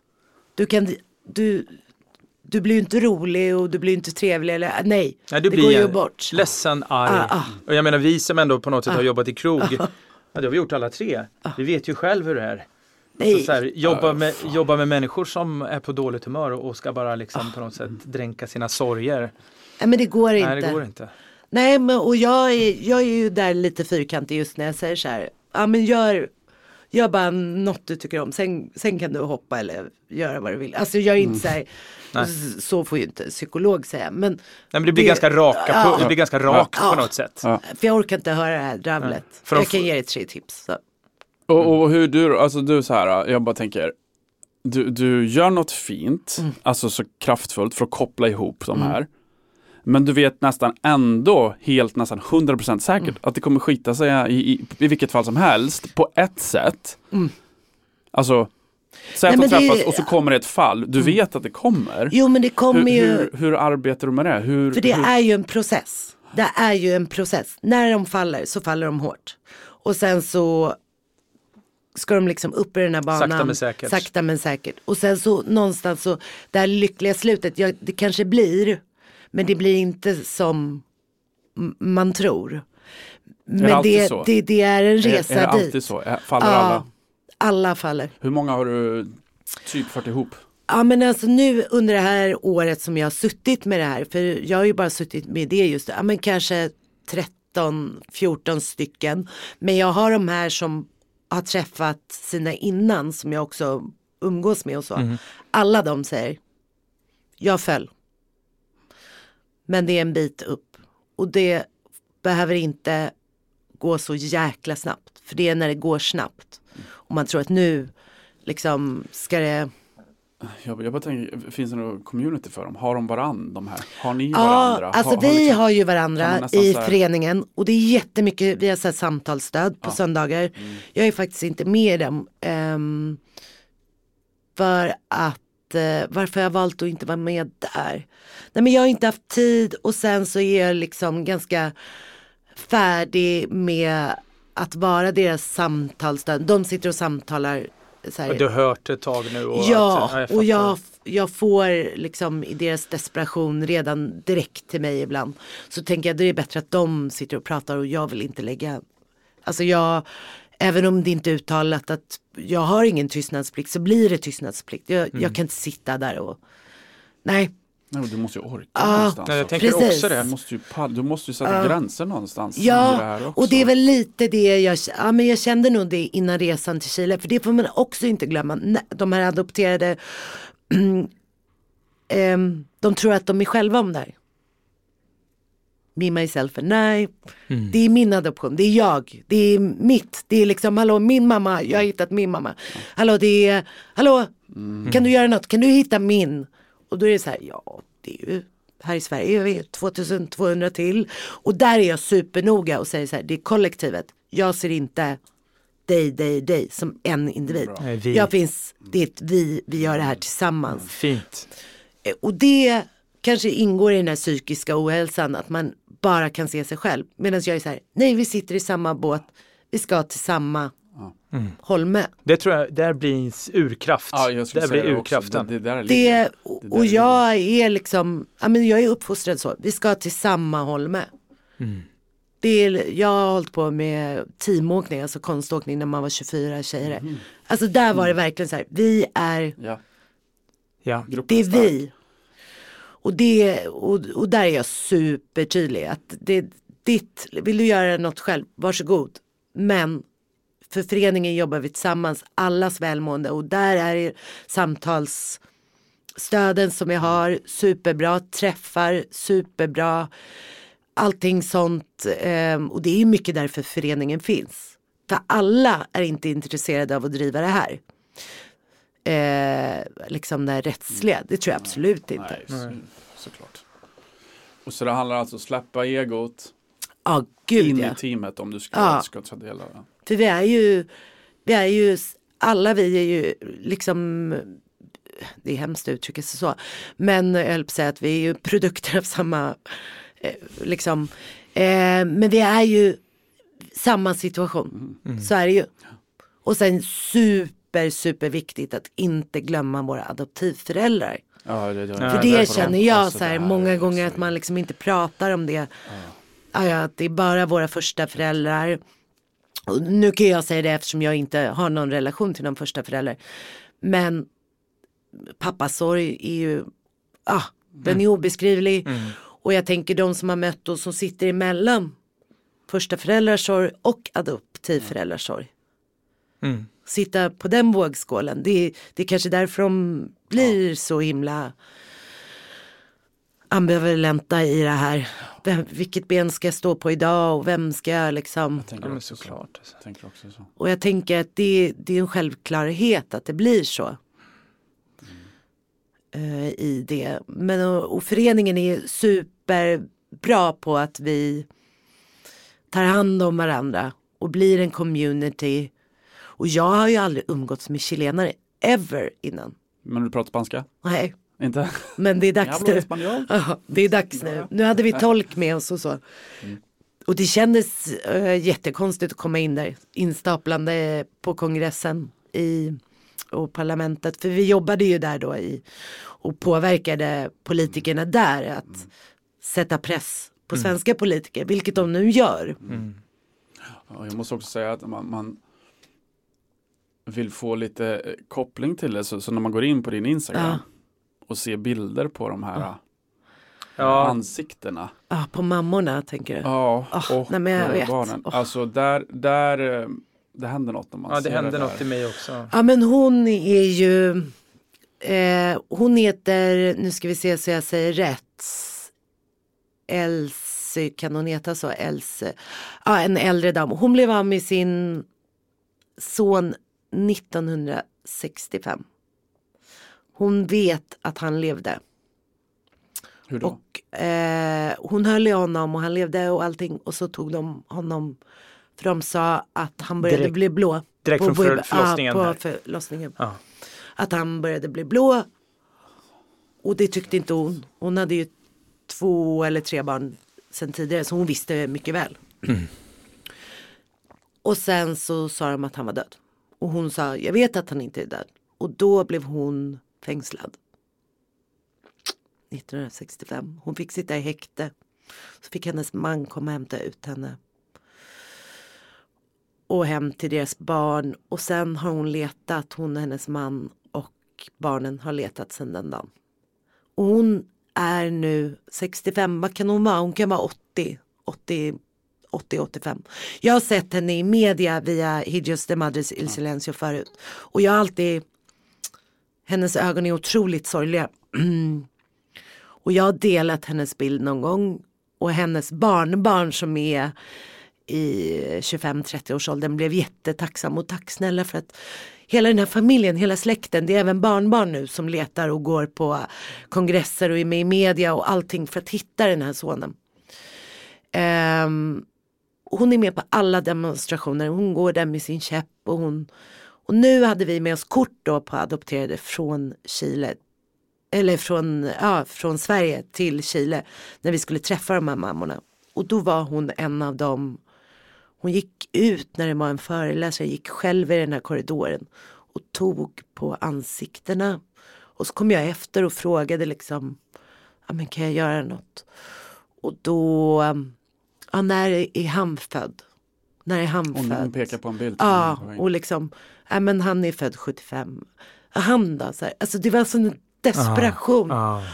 Du blir ju inte rolig och du blir inte trevlig. Eller, nej, du det blir går ju bort. Ledsen, arg. Och jag menar, vi som ändå på något sätt har jobbat i krog. Det har vi gjort alla tre. Vi vet ju själv hur det är. Nej. Så här, jobba med människor som är på dåligt humör och ska bara liksom på något sätt dränka sina sorger. Nej, men det går inte. Nej, det går inte. Nej, men och jag är ju där lite fyrkantig just när jag säger så här. Ja, men gör bara något du tycker om. Sen kan du hoppa eller göra vad du vill. Alltså jag är inte så här. Så får ju inte psykolog säga. Men det blir ganska raka. Det blir ganska rakt på något sätt. För jag orkar inte höra det här dravlet. Jag kan ge dig 3 tips. Så. Och hur du så här, jag bara tänker, du gör något fint, alltså så kraftfullt för att koppla ihop de här. Men du vet nästan 100% säkert att det kommer skita sig i vilket fall som helst på ett sätt. Alltså, säg att de träffas och så kommer det ett fall. Du vet att det kommer. Jo, men det kommer hur arbetar du med det? För det är ju en process. Det är ju en process. När de faller så faller de hårt. Och sen så ska de liksom upp i den här banan. Sakta men säkert. Och sen så någonstans så, det här lyckliga slutet, det kanske blir, men det blir inte som man tror. Men det är en resa dit. Är det alltid så? Faller alla? Alla faller. Hur många har du typ fått ihop? Ja, men alltså nu under det här året som jag har suttit med det här, för jag har ju bara suttit med det just, ja men kanske 13-14 stycken. Men jag har de här som har träffat sina innan som jag också umgås med och så. Alla de säger, jag föll. Men det är en bit upp. Och det behöver inte gå så jäkla snabbt. För det är när det går snabbt. Och man tror att nu liksom ska det... Jag bara tänker, finns det någon community för dem? Har de varandra de här? Har ni varandra? Alltså vi har ju varandra i föreningen. Och det är jättemycket, vi har så här samtalsstöd på söndagar. Jag är faktiskt inte med i dem. För att varför jag har valt att inte vara med där. Nej, men jag har inte haft tid. Och sen så är jag liksom ganska färdig med att vara deras samtalsstöd. De sitter och samtalar så här. Du har hört ett tag nu. Och jag får liksom i deras desperation redan direkt till mig ibland. Så tänker jag det är bättre att de sitter och pratar och jag vill inte lägga. Alltså även om det inte är uttalat att jag har ingen tystnadsplikt så blir det tystnadsplikt. Jag kan inte sitta där och... Nej, du måste ju orka någonstans. Jag tänker också det. Du måste ju sätta gränser någonstans. Ja, i det här också. Och det är väl lite det men jag kände nog det innan resan till Chile. För det får man också inte glömma. De här adopterade, de tror att de är själva om det här. Me, myself, nej. Det är min adoption, det är jag. Det är mitt, det är liksom, hallå min mamma, jag har hittat min mamma. Hallå, kan du göra något? Kan du hitta min? Och då är det så här, det är ju här i Sverige, vi är 2200 till. Och där är jag supernoga och säger så här, det är kollektivet. Jag ser inte dig som en individ. Jag finns, det är ett vi gör det här tillsammans. Fint. Och det kanske ingår i den här psykiska ohälsan, att man bara kan se sig själv. Medan jag är så här, nej vi sitter i samma båt, vi ska till samma Holme. Det tror jag, där blir urkraft. Ja, jag skulle säga blir urkraften. Och jag är liksom, jag är uppfostrad så. Vi ska till samma Holme. Jag har hållit på med teamåkning, alltså konståkning när man var 24 tjejer. Alltså där var det verkligen så här, vi är, Ja. det är vi. Och där är jag supertydlig att vill du göra något själv, varsågod. Men för föreningen jobbar vi tillsammans, allas välmående, och där är det samtalsstöden som jag har, superbra, träffar, superbra, allting sånt, och det är mycket därför föreningen finns. För alla är inte intresserade av att driva det här. Liksom det rättsliga, det tror jag absolut inte. Nej, såklart. Och så det handlar alltså om att släppa egot Gud, in i teamet om du ska ta del av det. För vi är ju alla vi är ju liksom, det är hemskt att uttrycka sig så, men jag höll på att säga att vi är ju produkter av samma liksom, men vi är ju samma situation, så är det ju. Och sen super viktigt att inte glömma våra adoptivföräldrar. För det känner jag så här många gånger att man liksom inte pratar om det. Att det är bara våra första föräldrar. Och nu kan jag säga det eftersom jag inte har någon relation till de första föräldrar. Men pappasorg är ju, den är obeskrivlig. Och jag tänker de som har mött och som sitter emellan första föräldrasorg och adoptivföräldrasorg. Sitta på den vågskålen. Det är kanske därför de blir så himla ambivalenta i det här. Vilket ben ska jag stå på idag och vem ska jag liksom... Såklart. Tänker också så. Och jag tänker att det är en självklarhet att det blir så. I det. Men och föreningen är superbra på att vi tar hand om varandra och blir en community. Och jag har ju aldrig umgåtts med chilenare ever innan. Men du pratar spanska? Nej. Inte? Men det är dags nu. Det är dags nu. Nu hade vi tolk med oss och så. Och det kändes jättekonstigt att komma in där. Instaplande på kongressen och parlamentet. För vi jobbade ju där då och påverkade politikerna där att sätta press på svenska politiker. Vilket de nu gör. Ja, jag måste också säga att man vill få lite koppling till det. Så när man går in på din Instagram och ser bilder på de här ansiktena. På mammorna tänker du? Och nej, men jag vet. barnen. Alltså där det händer något när man ser det. Ja, det händer något i mig också. Ja, men hon är ju hon heter, nu ska vi se så jag säger rätt, Elsie, kan hon heta så? Elsie. Ja, en äldre dam. Hon blev av med sin son 1965. Hon vet att han levde. Hur då? Och hon höll i honom och han levde och allting. Och så tog de honom, för de sa att han började bli blå. Direkt från förlossningen? På förlossningen. Att han började bli blå. Och det tyckte inte hon. Hon hade ju 2 eller 3 barn sedan tidigare. Så hon visste mycket väl. Och sen så sa de att han var död. Och hon sa, jag vet att han inte är död. Och då blev hon fängslad. 1965. Hon fick sitta i häkte. Så fick hennes man komma och hämta ut henne. Och hem till deras barn. Och sen har hon letat, hon och hennes man och barnen har letat sedan den dagen. Och hon är nu 65, vad kan hon vara? Hon kan vara 80-85. Jag har sett henne i media via Hijos de Madres Il Silencio förut. Och jag har alltid, hennes ögon är otroligt sorgliga. Och jag har delat hennes bild någon gång. Och hennes barnbarn som är i 25-30-årsåldern blev jättetacksam och tacksnälla för att hela den här familjen, hela släkten, det är även barnbarn nu som letar och går på kongresser och är med i media och allting för att hitta den här sonen. Hon är med på alla demonstrationer, hon går där med sin käpp och nu hade vi med oss kort då på adopterade från Chile. Eller från Sverige till Chile när vi skulle träffa de här mammorna. Och då var hon en av dem. Hon gick ut när det var en föreläsare, gick själv i den här korridoren och tog på ansiktena. Och så kom jag efter och frågade liksom, men kan jag göra något? Och då Ja, när är han född? När är han född? Hon pekar på en bild. Ja, och liksom, men han är född 75. Han då, så här, alltså det var sån desperation.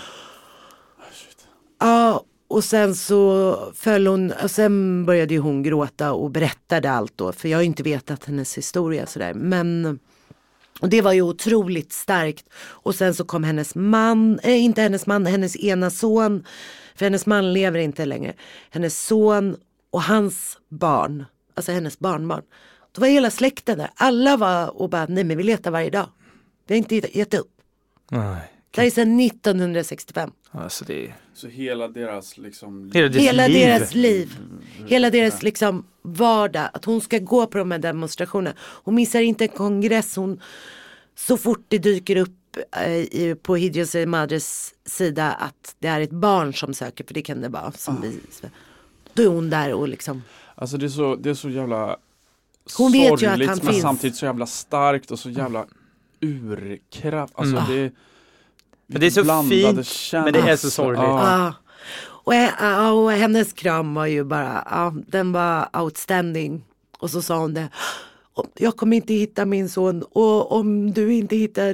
Ja, och sen så föll hon, och sen började ju hon gråta och berättade allt då, för jag har ju inte vetat hennes historia sådär, men och det var ju otroligt starkt. Och sen så kom hennes man, inte hennes man, hennes ena son, för hennes man lever inte längre, hennes son och hans barn, alltså hennes barnbarn, då var hela släkten där, alla var och bara, nej men vi letar varje dag, vi har inte gett upp. Nej. Det är sedan 1965. Alltså det... Så hela deras liksom... Hela deras liv. Hela deras liksom vardag. Att hon ska gå på de här demonstrationerna. Hon missar inte en kongress. Hon, så fort det dyker upp på Hidjos Madres sida att det är ett barn som söker. För det kan det vara. Som vi, då är hon där och liksom... Alltså det är så jävla... Hon vet ju att han men finns. samtidigt så jävla starkt och så jävla urkraft. Alltså det... Men det är så fint, känslor. men det är så sorgligt. Ja. Och hennes kram var ju bara, den var outstanding. Och så sa hon det, jag kommer inte hitta min son, och om du inte hittar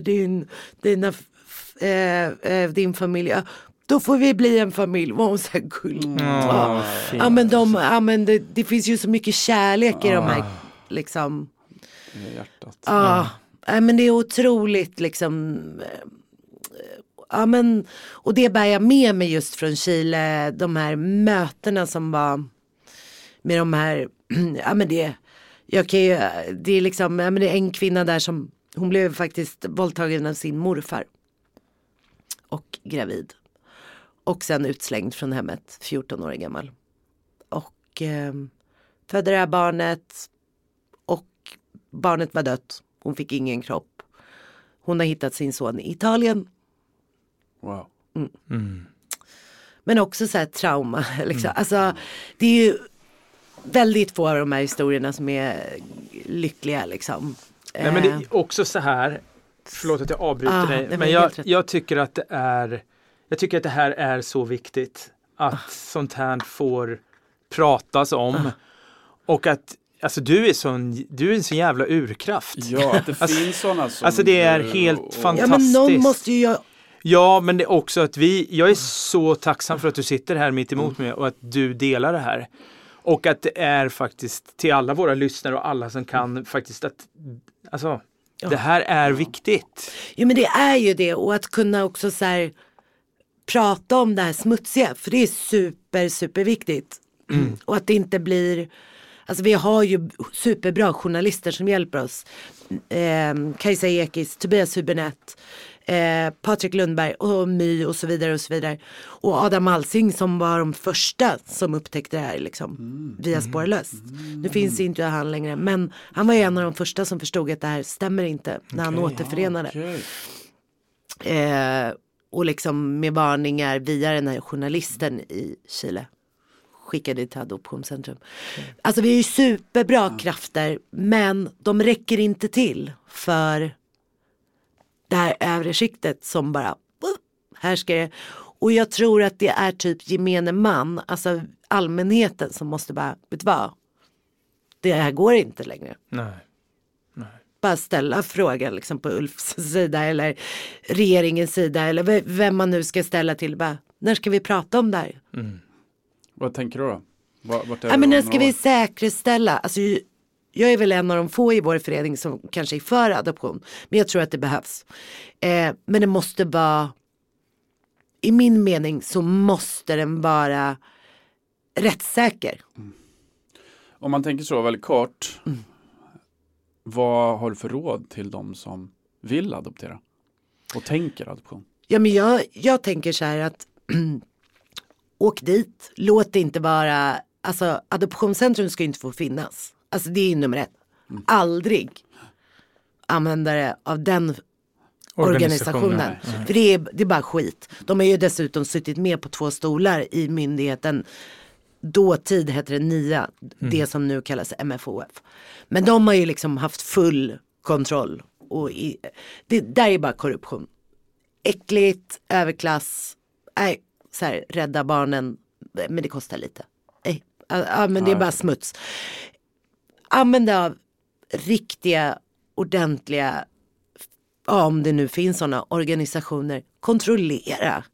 din familj, då får vi bli en familj. Var hon så här guld. Men det finns ju så mycket kärlek i de här liksom. I hjärtat. Men det är otroligt liksom. Ja, men, och det bär jag med mig just från Chile, de här mötena som var med de här, det är liksom, det är en kvinna där som, hon blev faktiskt våldtagen av sin morfar och gravid och sen utslängd från hemmet, 14 år gammal, och födde det här barnet och barnet var dött, hon fick ingen kropp, hon har hittat sin son i Italien. Wow. Men också så här trauma liksom. Alltså det är ju väldigt få av de här historierna som är lyckliga liksom. Nej, men det är också så här, förlåt att jag avbryter dig, men jag tycker att det här är så viktigt att sånt här får pratas om och att alltså du är en sån jävla urkraft. Ja, att det finns sådana som... Alltså det är helt fantastiskt. Ja, men någon måste ju Ja, men det är också att jag är så tacksam för att du sitter här mitt emot mig och att du delar det här. Och att det är faktiskt till alla våra lyssnare och alla som kan faktiskt att, alltså, det här är viktigt. Ja, men det är ju det, och att kunna också så här prata om det här smutsiga, för det är superviktigt. Och att det inte blir, alltså vi har ju superbra journalister som hjälper oss. Kajsa Ekis, Tobias Hübinette, Patrik Lundberg och My och så vidare och så vidare. Och Adam Alsing som var de första som upptäckte det här liksom, via Spårlöst. Nu finns inte han längre, men han var ju en av de första som förstod att det här stämmer inte när han återförenade. Och liksom med varningar via den här journalisten i Chile skickade till Adoptionscentrum. Alltså vi är ju superbra krafter, men de räcker inte till för det här övre skiktet som bara här ska det. Och jag tror att det är typ gemene man, alltså allmänheten som måste bara, vet du vad? Det här går inte längre. Nej. Bara ställa frågan liksom på Ulfs sida eller regeringens sida eller vem man nu ska ställa till. Bara, när ska vi prata om det här? Vad tänker du då? Men när ska vi säkerställa? Alltså, jag är väl en av de få i vår förening som kanske är för adoption. Men jag tror att det behövs. Men det måste vara, i min mening så måste den vara rättssäker. Om man tänker så väldigt kort. Vad har du för råd till de som vill adoptera? Och tänker adoption? Ja, men jag tänker så här att åk dit. Låt det inte vara, alltså Adoptionscentrum ska inte få finnas. Alltså det är nummer 1. Aldrig användare av den organisationen. För det är bara skit. De har ju dessutom suttit med på 2 stolar i myndigheten. Dåtid heter det NIA. Det som nu kallas MFOF. Men de har ju liksom haft full kontroll. Och det där är bara korruption. Äckligt, överklass. Nej, så här, rädda barnen. Men det kostar lite. Ja, men det är bara smuts. Använd av riktiga, ordentliga, om det nu finns sådana organisationer, kontrollera.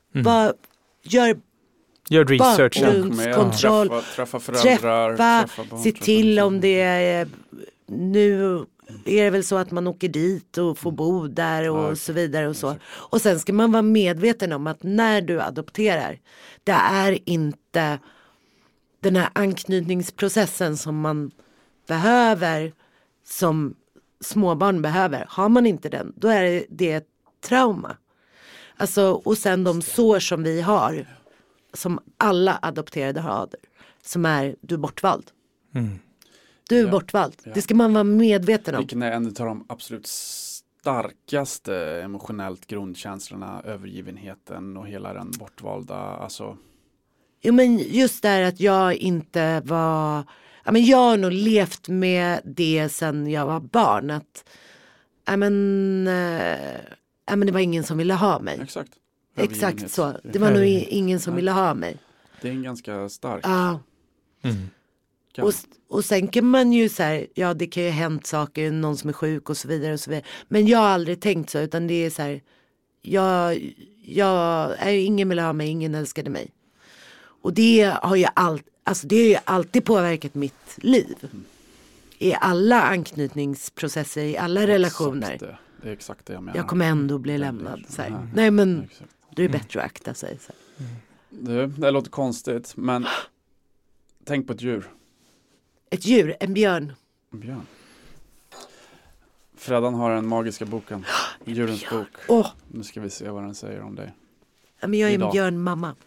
Gör research. Bakgrundskontroll. Träffa föräldrar. Se till om det är... Nu är det väl så att man åker dit och får bo där och så vidare och så. Och sen ska man vara medveten om att när du adopterar, det är inte den här anknytningsprocessen som man behöver, som småbarn behöver. Har man inte den, då är det ett trauma. Alltså, och sen de sår som vi har, som alla adopterade har, som är du är bortvald. Du är bortvald. Det ska man vara medveten om. Vilken är en av de absolut starkaste emotionellt grundkänslorna, övergivenheten och hela den bortvalda, alltså. Jo, men just där att jag inte var... Ja, men jag har nog levt med det sedan jag var barn. Att men det var ingen som ville ha mig. Exakt så. Det var nog ingen som ville ha mig. Det är en ganska stark. Ja. Och sen kan man ju så här, ja det kan ju ha hänt saker, någon som är sjuk och så vidare och så vidare. Men jag har aldrig tänkt så, utan det är så här, ingen ville ha mig, ingen älskade mig. Och det har ju alltid påverkat mitt liv. I alla anknytningsprocesser, i alla relationer. Det är exakt det jag menar. Jag kommer ändå bli lämnad. Så här. Nej men, då är det bättre att akta sig. Så här. Det låter konstigt, men tänk på ett djur. Ett djur, en björn. En björn. Freddan har den magiska boken. Djurens bok. Nu ska vi se vad den säger om dig. Ja, men jag är en björnmamma.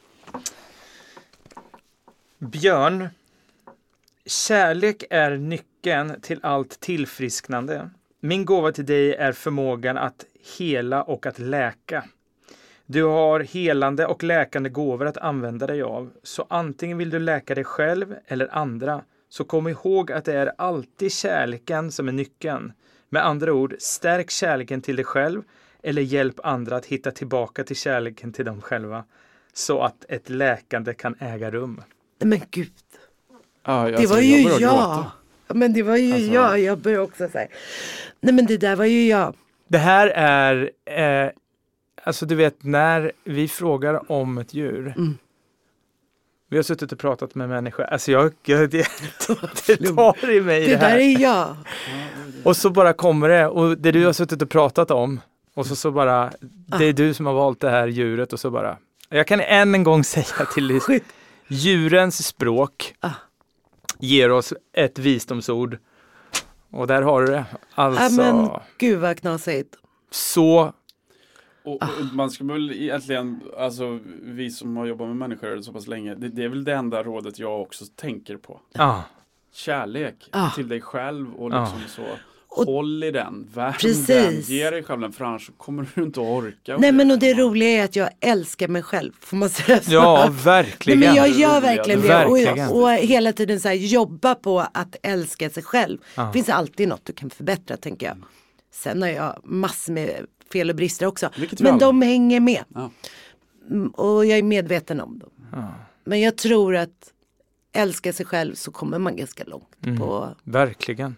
Björn. Kärlek är nyckeln till allt tillfrisknande. Min gåva till dig är förmågan att hela och att läka. Du har helande och läkande gåvor att använda dig av. Så antingen vill du läka dig själv eller andra. Så kom ihåg att det är alltid kärleken som är nyckeln. Med andra ord, stärk kärleken till dig själv eller hjälp andra att hitta tillbaka till kärleken till dem själva. Så att ett läkande kan äga rum. Men gud. Det var ju jag. Men det var ju jag. Jag började också säga. Nej men det där var ju jag. Det här är... alltså du vet, när vi frågar om ett djur. Vi har suttit och pratat med människor. Alltså det tar i mig det här. Det där är jag. Och så bara kommer det. Och det du har suttit och pratat om. Och så bara, det är du som har valt det här djuret. Och så bara, jag kan än en gång säga till dig. Djurens språk ger oss ett visdomsord. Och där har du det. Alltså, men gud vad knasigt. Så... Och man ska väl egentligen, alltså vi som har jobbat med människor så pass länge, det är väl det enda rådet jag också tänker på. Kärlek till dig själv och liksom så. Håll i den, värm den, ge dig själv den, för annars kommer du inte att orka. Nej men och det roliga är att jag älskar mig själv, får man säga så? Ja, verkligen. Nej, men jag gör verkligen det och hela tiden så här, jobba på att älska sig själv. Det finns alltid något du kan förbättra, tänker jag. Sen har jag massor med fel och brister också. Men de hänger med. Och jag är medveten om dem. Men jag tror att älska sig själv så kommer man ganska långt på... Verkligen.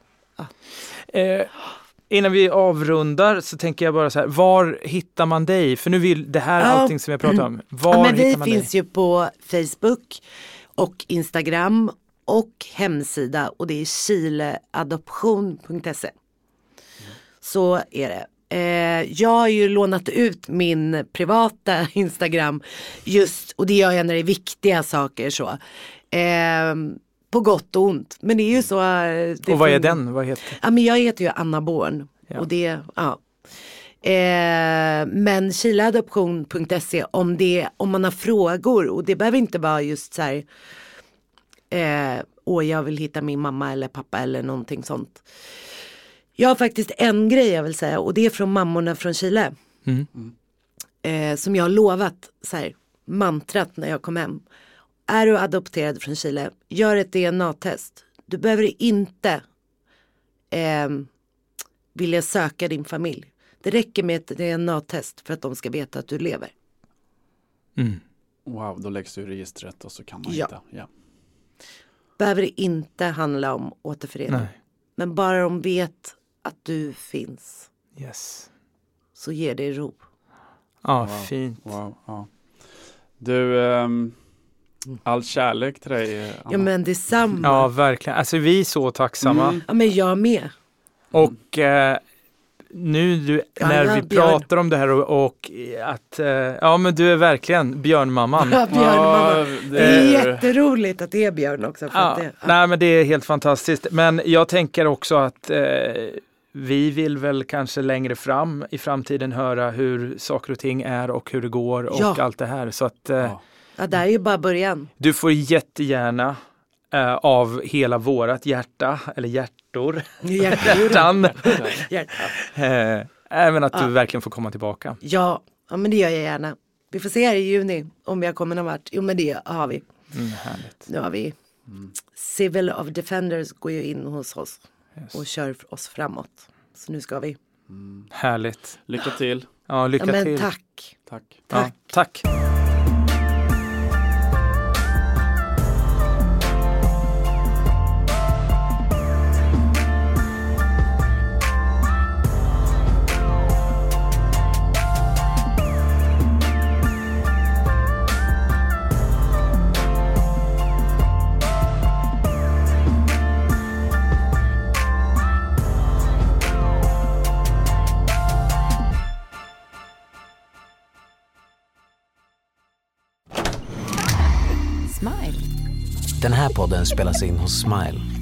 Innan vi avrundar så tänker jag bara så här, var hittar man dig? För nu vill det här allting som jag pratar om. Var men hittar man dig? Vi finns ju på Facebook och Instagram och hemsida, och det är chileadoption.se. Så är det. Jag har ju lånat ut min privata Instagram just, och det gör jag när det är viktiga saker så. På gott och ont. Men det är ju så. Och vad är den? Vad heter? Ja, men jag heter ju Anna Born. Ja. Och det, men chileadoption.se om man har frågor, och det behöver inte vara just så här jag vill hitta min mamma eller pappa eller någonting sånt. Jag har faktiskt en grej jag vill säga, och det är från mammorna från Chile. Som jag har lovat så här, mantrat när jag kom hem. Är du adopterad från Chile, gör ett DNA-test. Du behöver inte vilja söka din familj. Det räcker med ett DNA-test för att de ska veta att du lever. Wow, då läggs du i registret och så kan man hitta. Ja. behöver det inte handla om återförening. Nej. Men bara de vet att du finns. Yes. Så ger det ro. Ja, fint. Wow, ja. Du, all kärlek till dig, Anna. Ja, men detsamma. Ja, verkligen. Alltså vi är så tacksamma. Ja, men jag med. Och nu när vi pratar om det här och att men du är verkligen björnmamman. Ja, björnmamma. Ja, det är jätteroligt att det är björn också. För att Nej, men det är helt fantastiskt. Men jag tänker också att vi vill väl kanske längre fram i framtiden höra hur saker och ting är och hur det går och allt det här. Så att ja, det är ju bara början. du får jättegärna av hela vårat hjärta eller hjärtan även att du verkligen får komma tillbaka. Ja, men det gör jag gärna. Vi får se här i juni om jag kommer någon vart. Jo, men det har vi. Härligt. Nu har vi Civil of Defenders går ju in hos oss och kör oss framåt. Så nu ska vi. Härligt. Lycka till. Ja, lycka men till. tack. Tack. Ja, tack. Den här podden spelas in hos Smile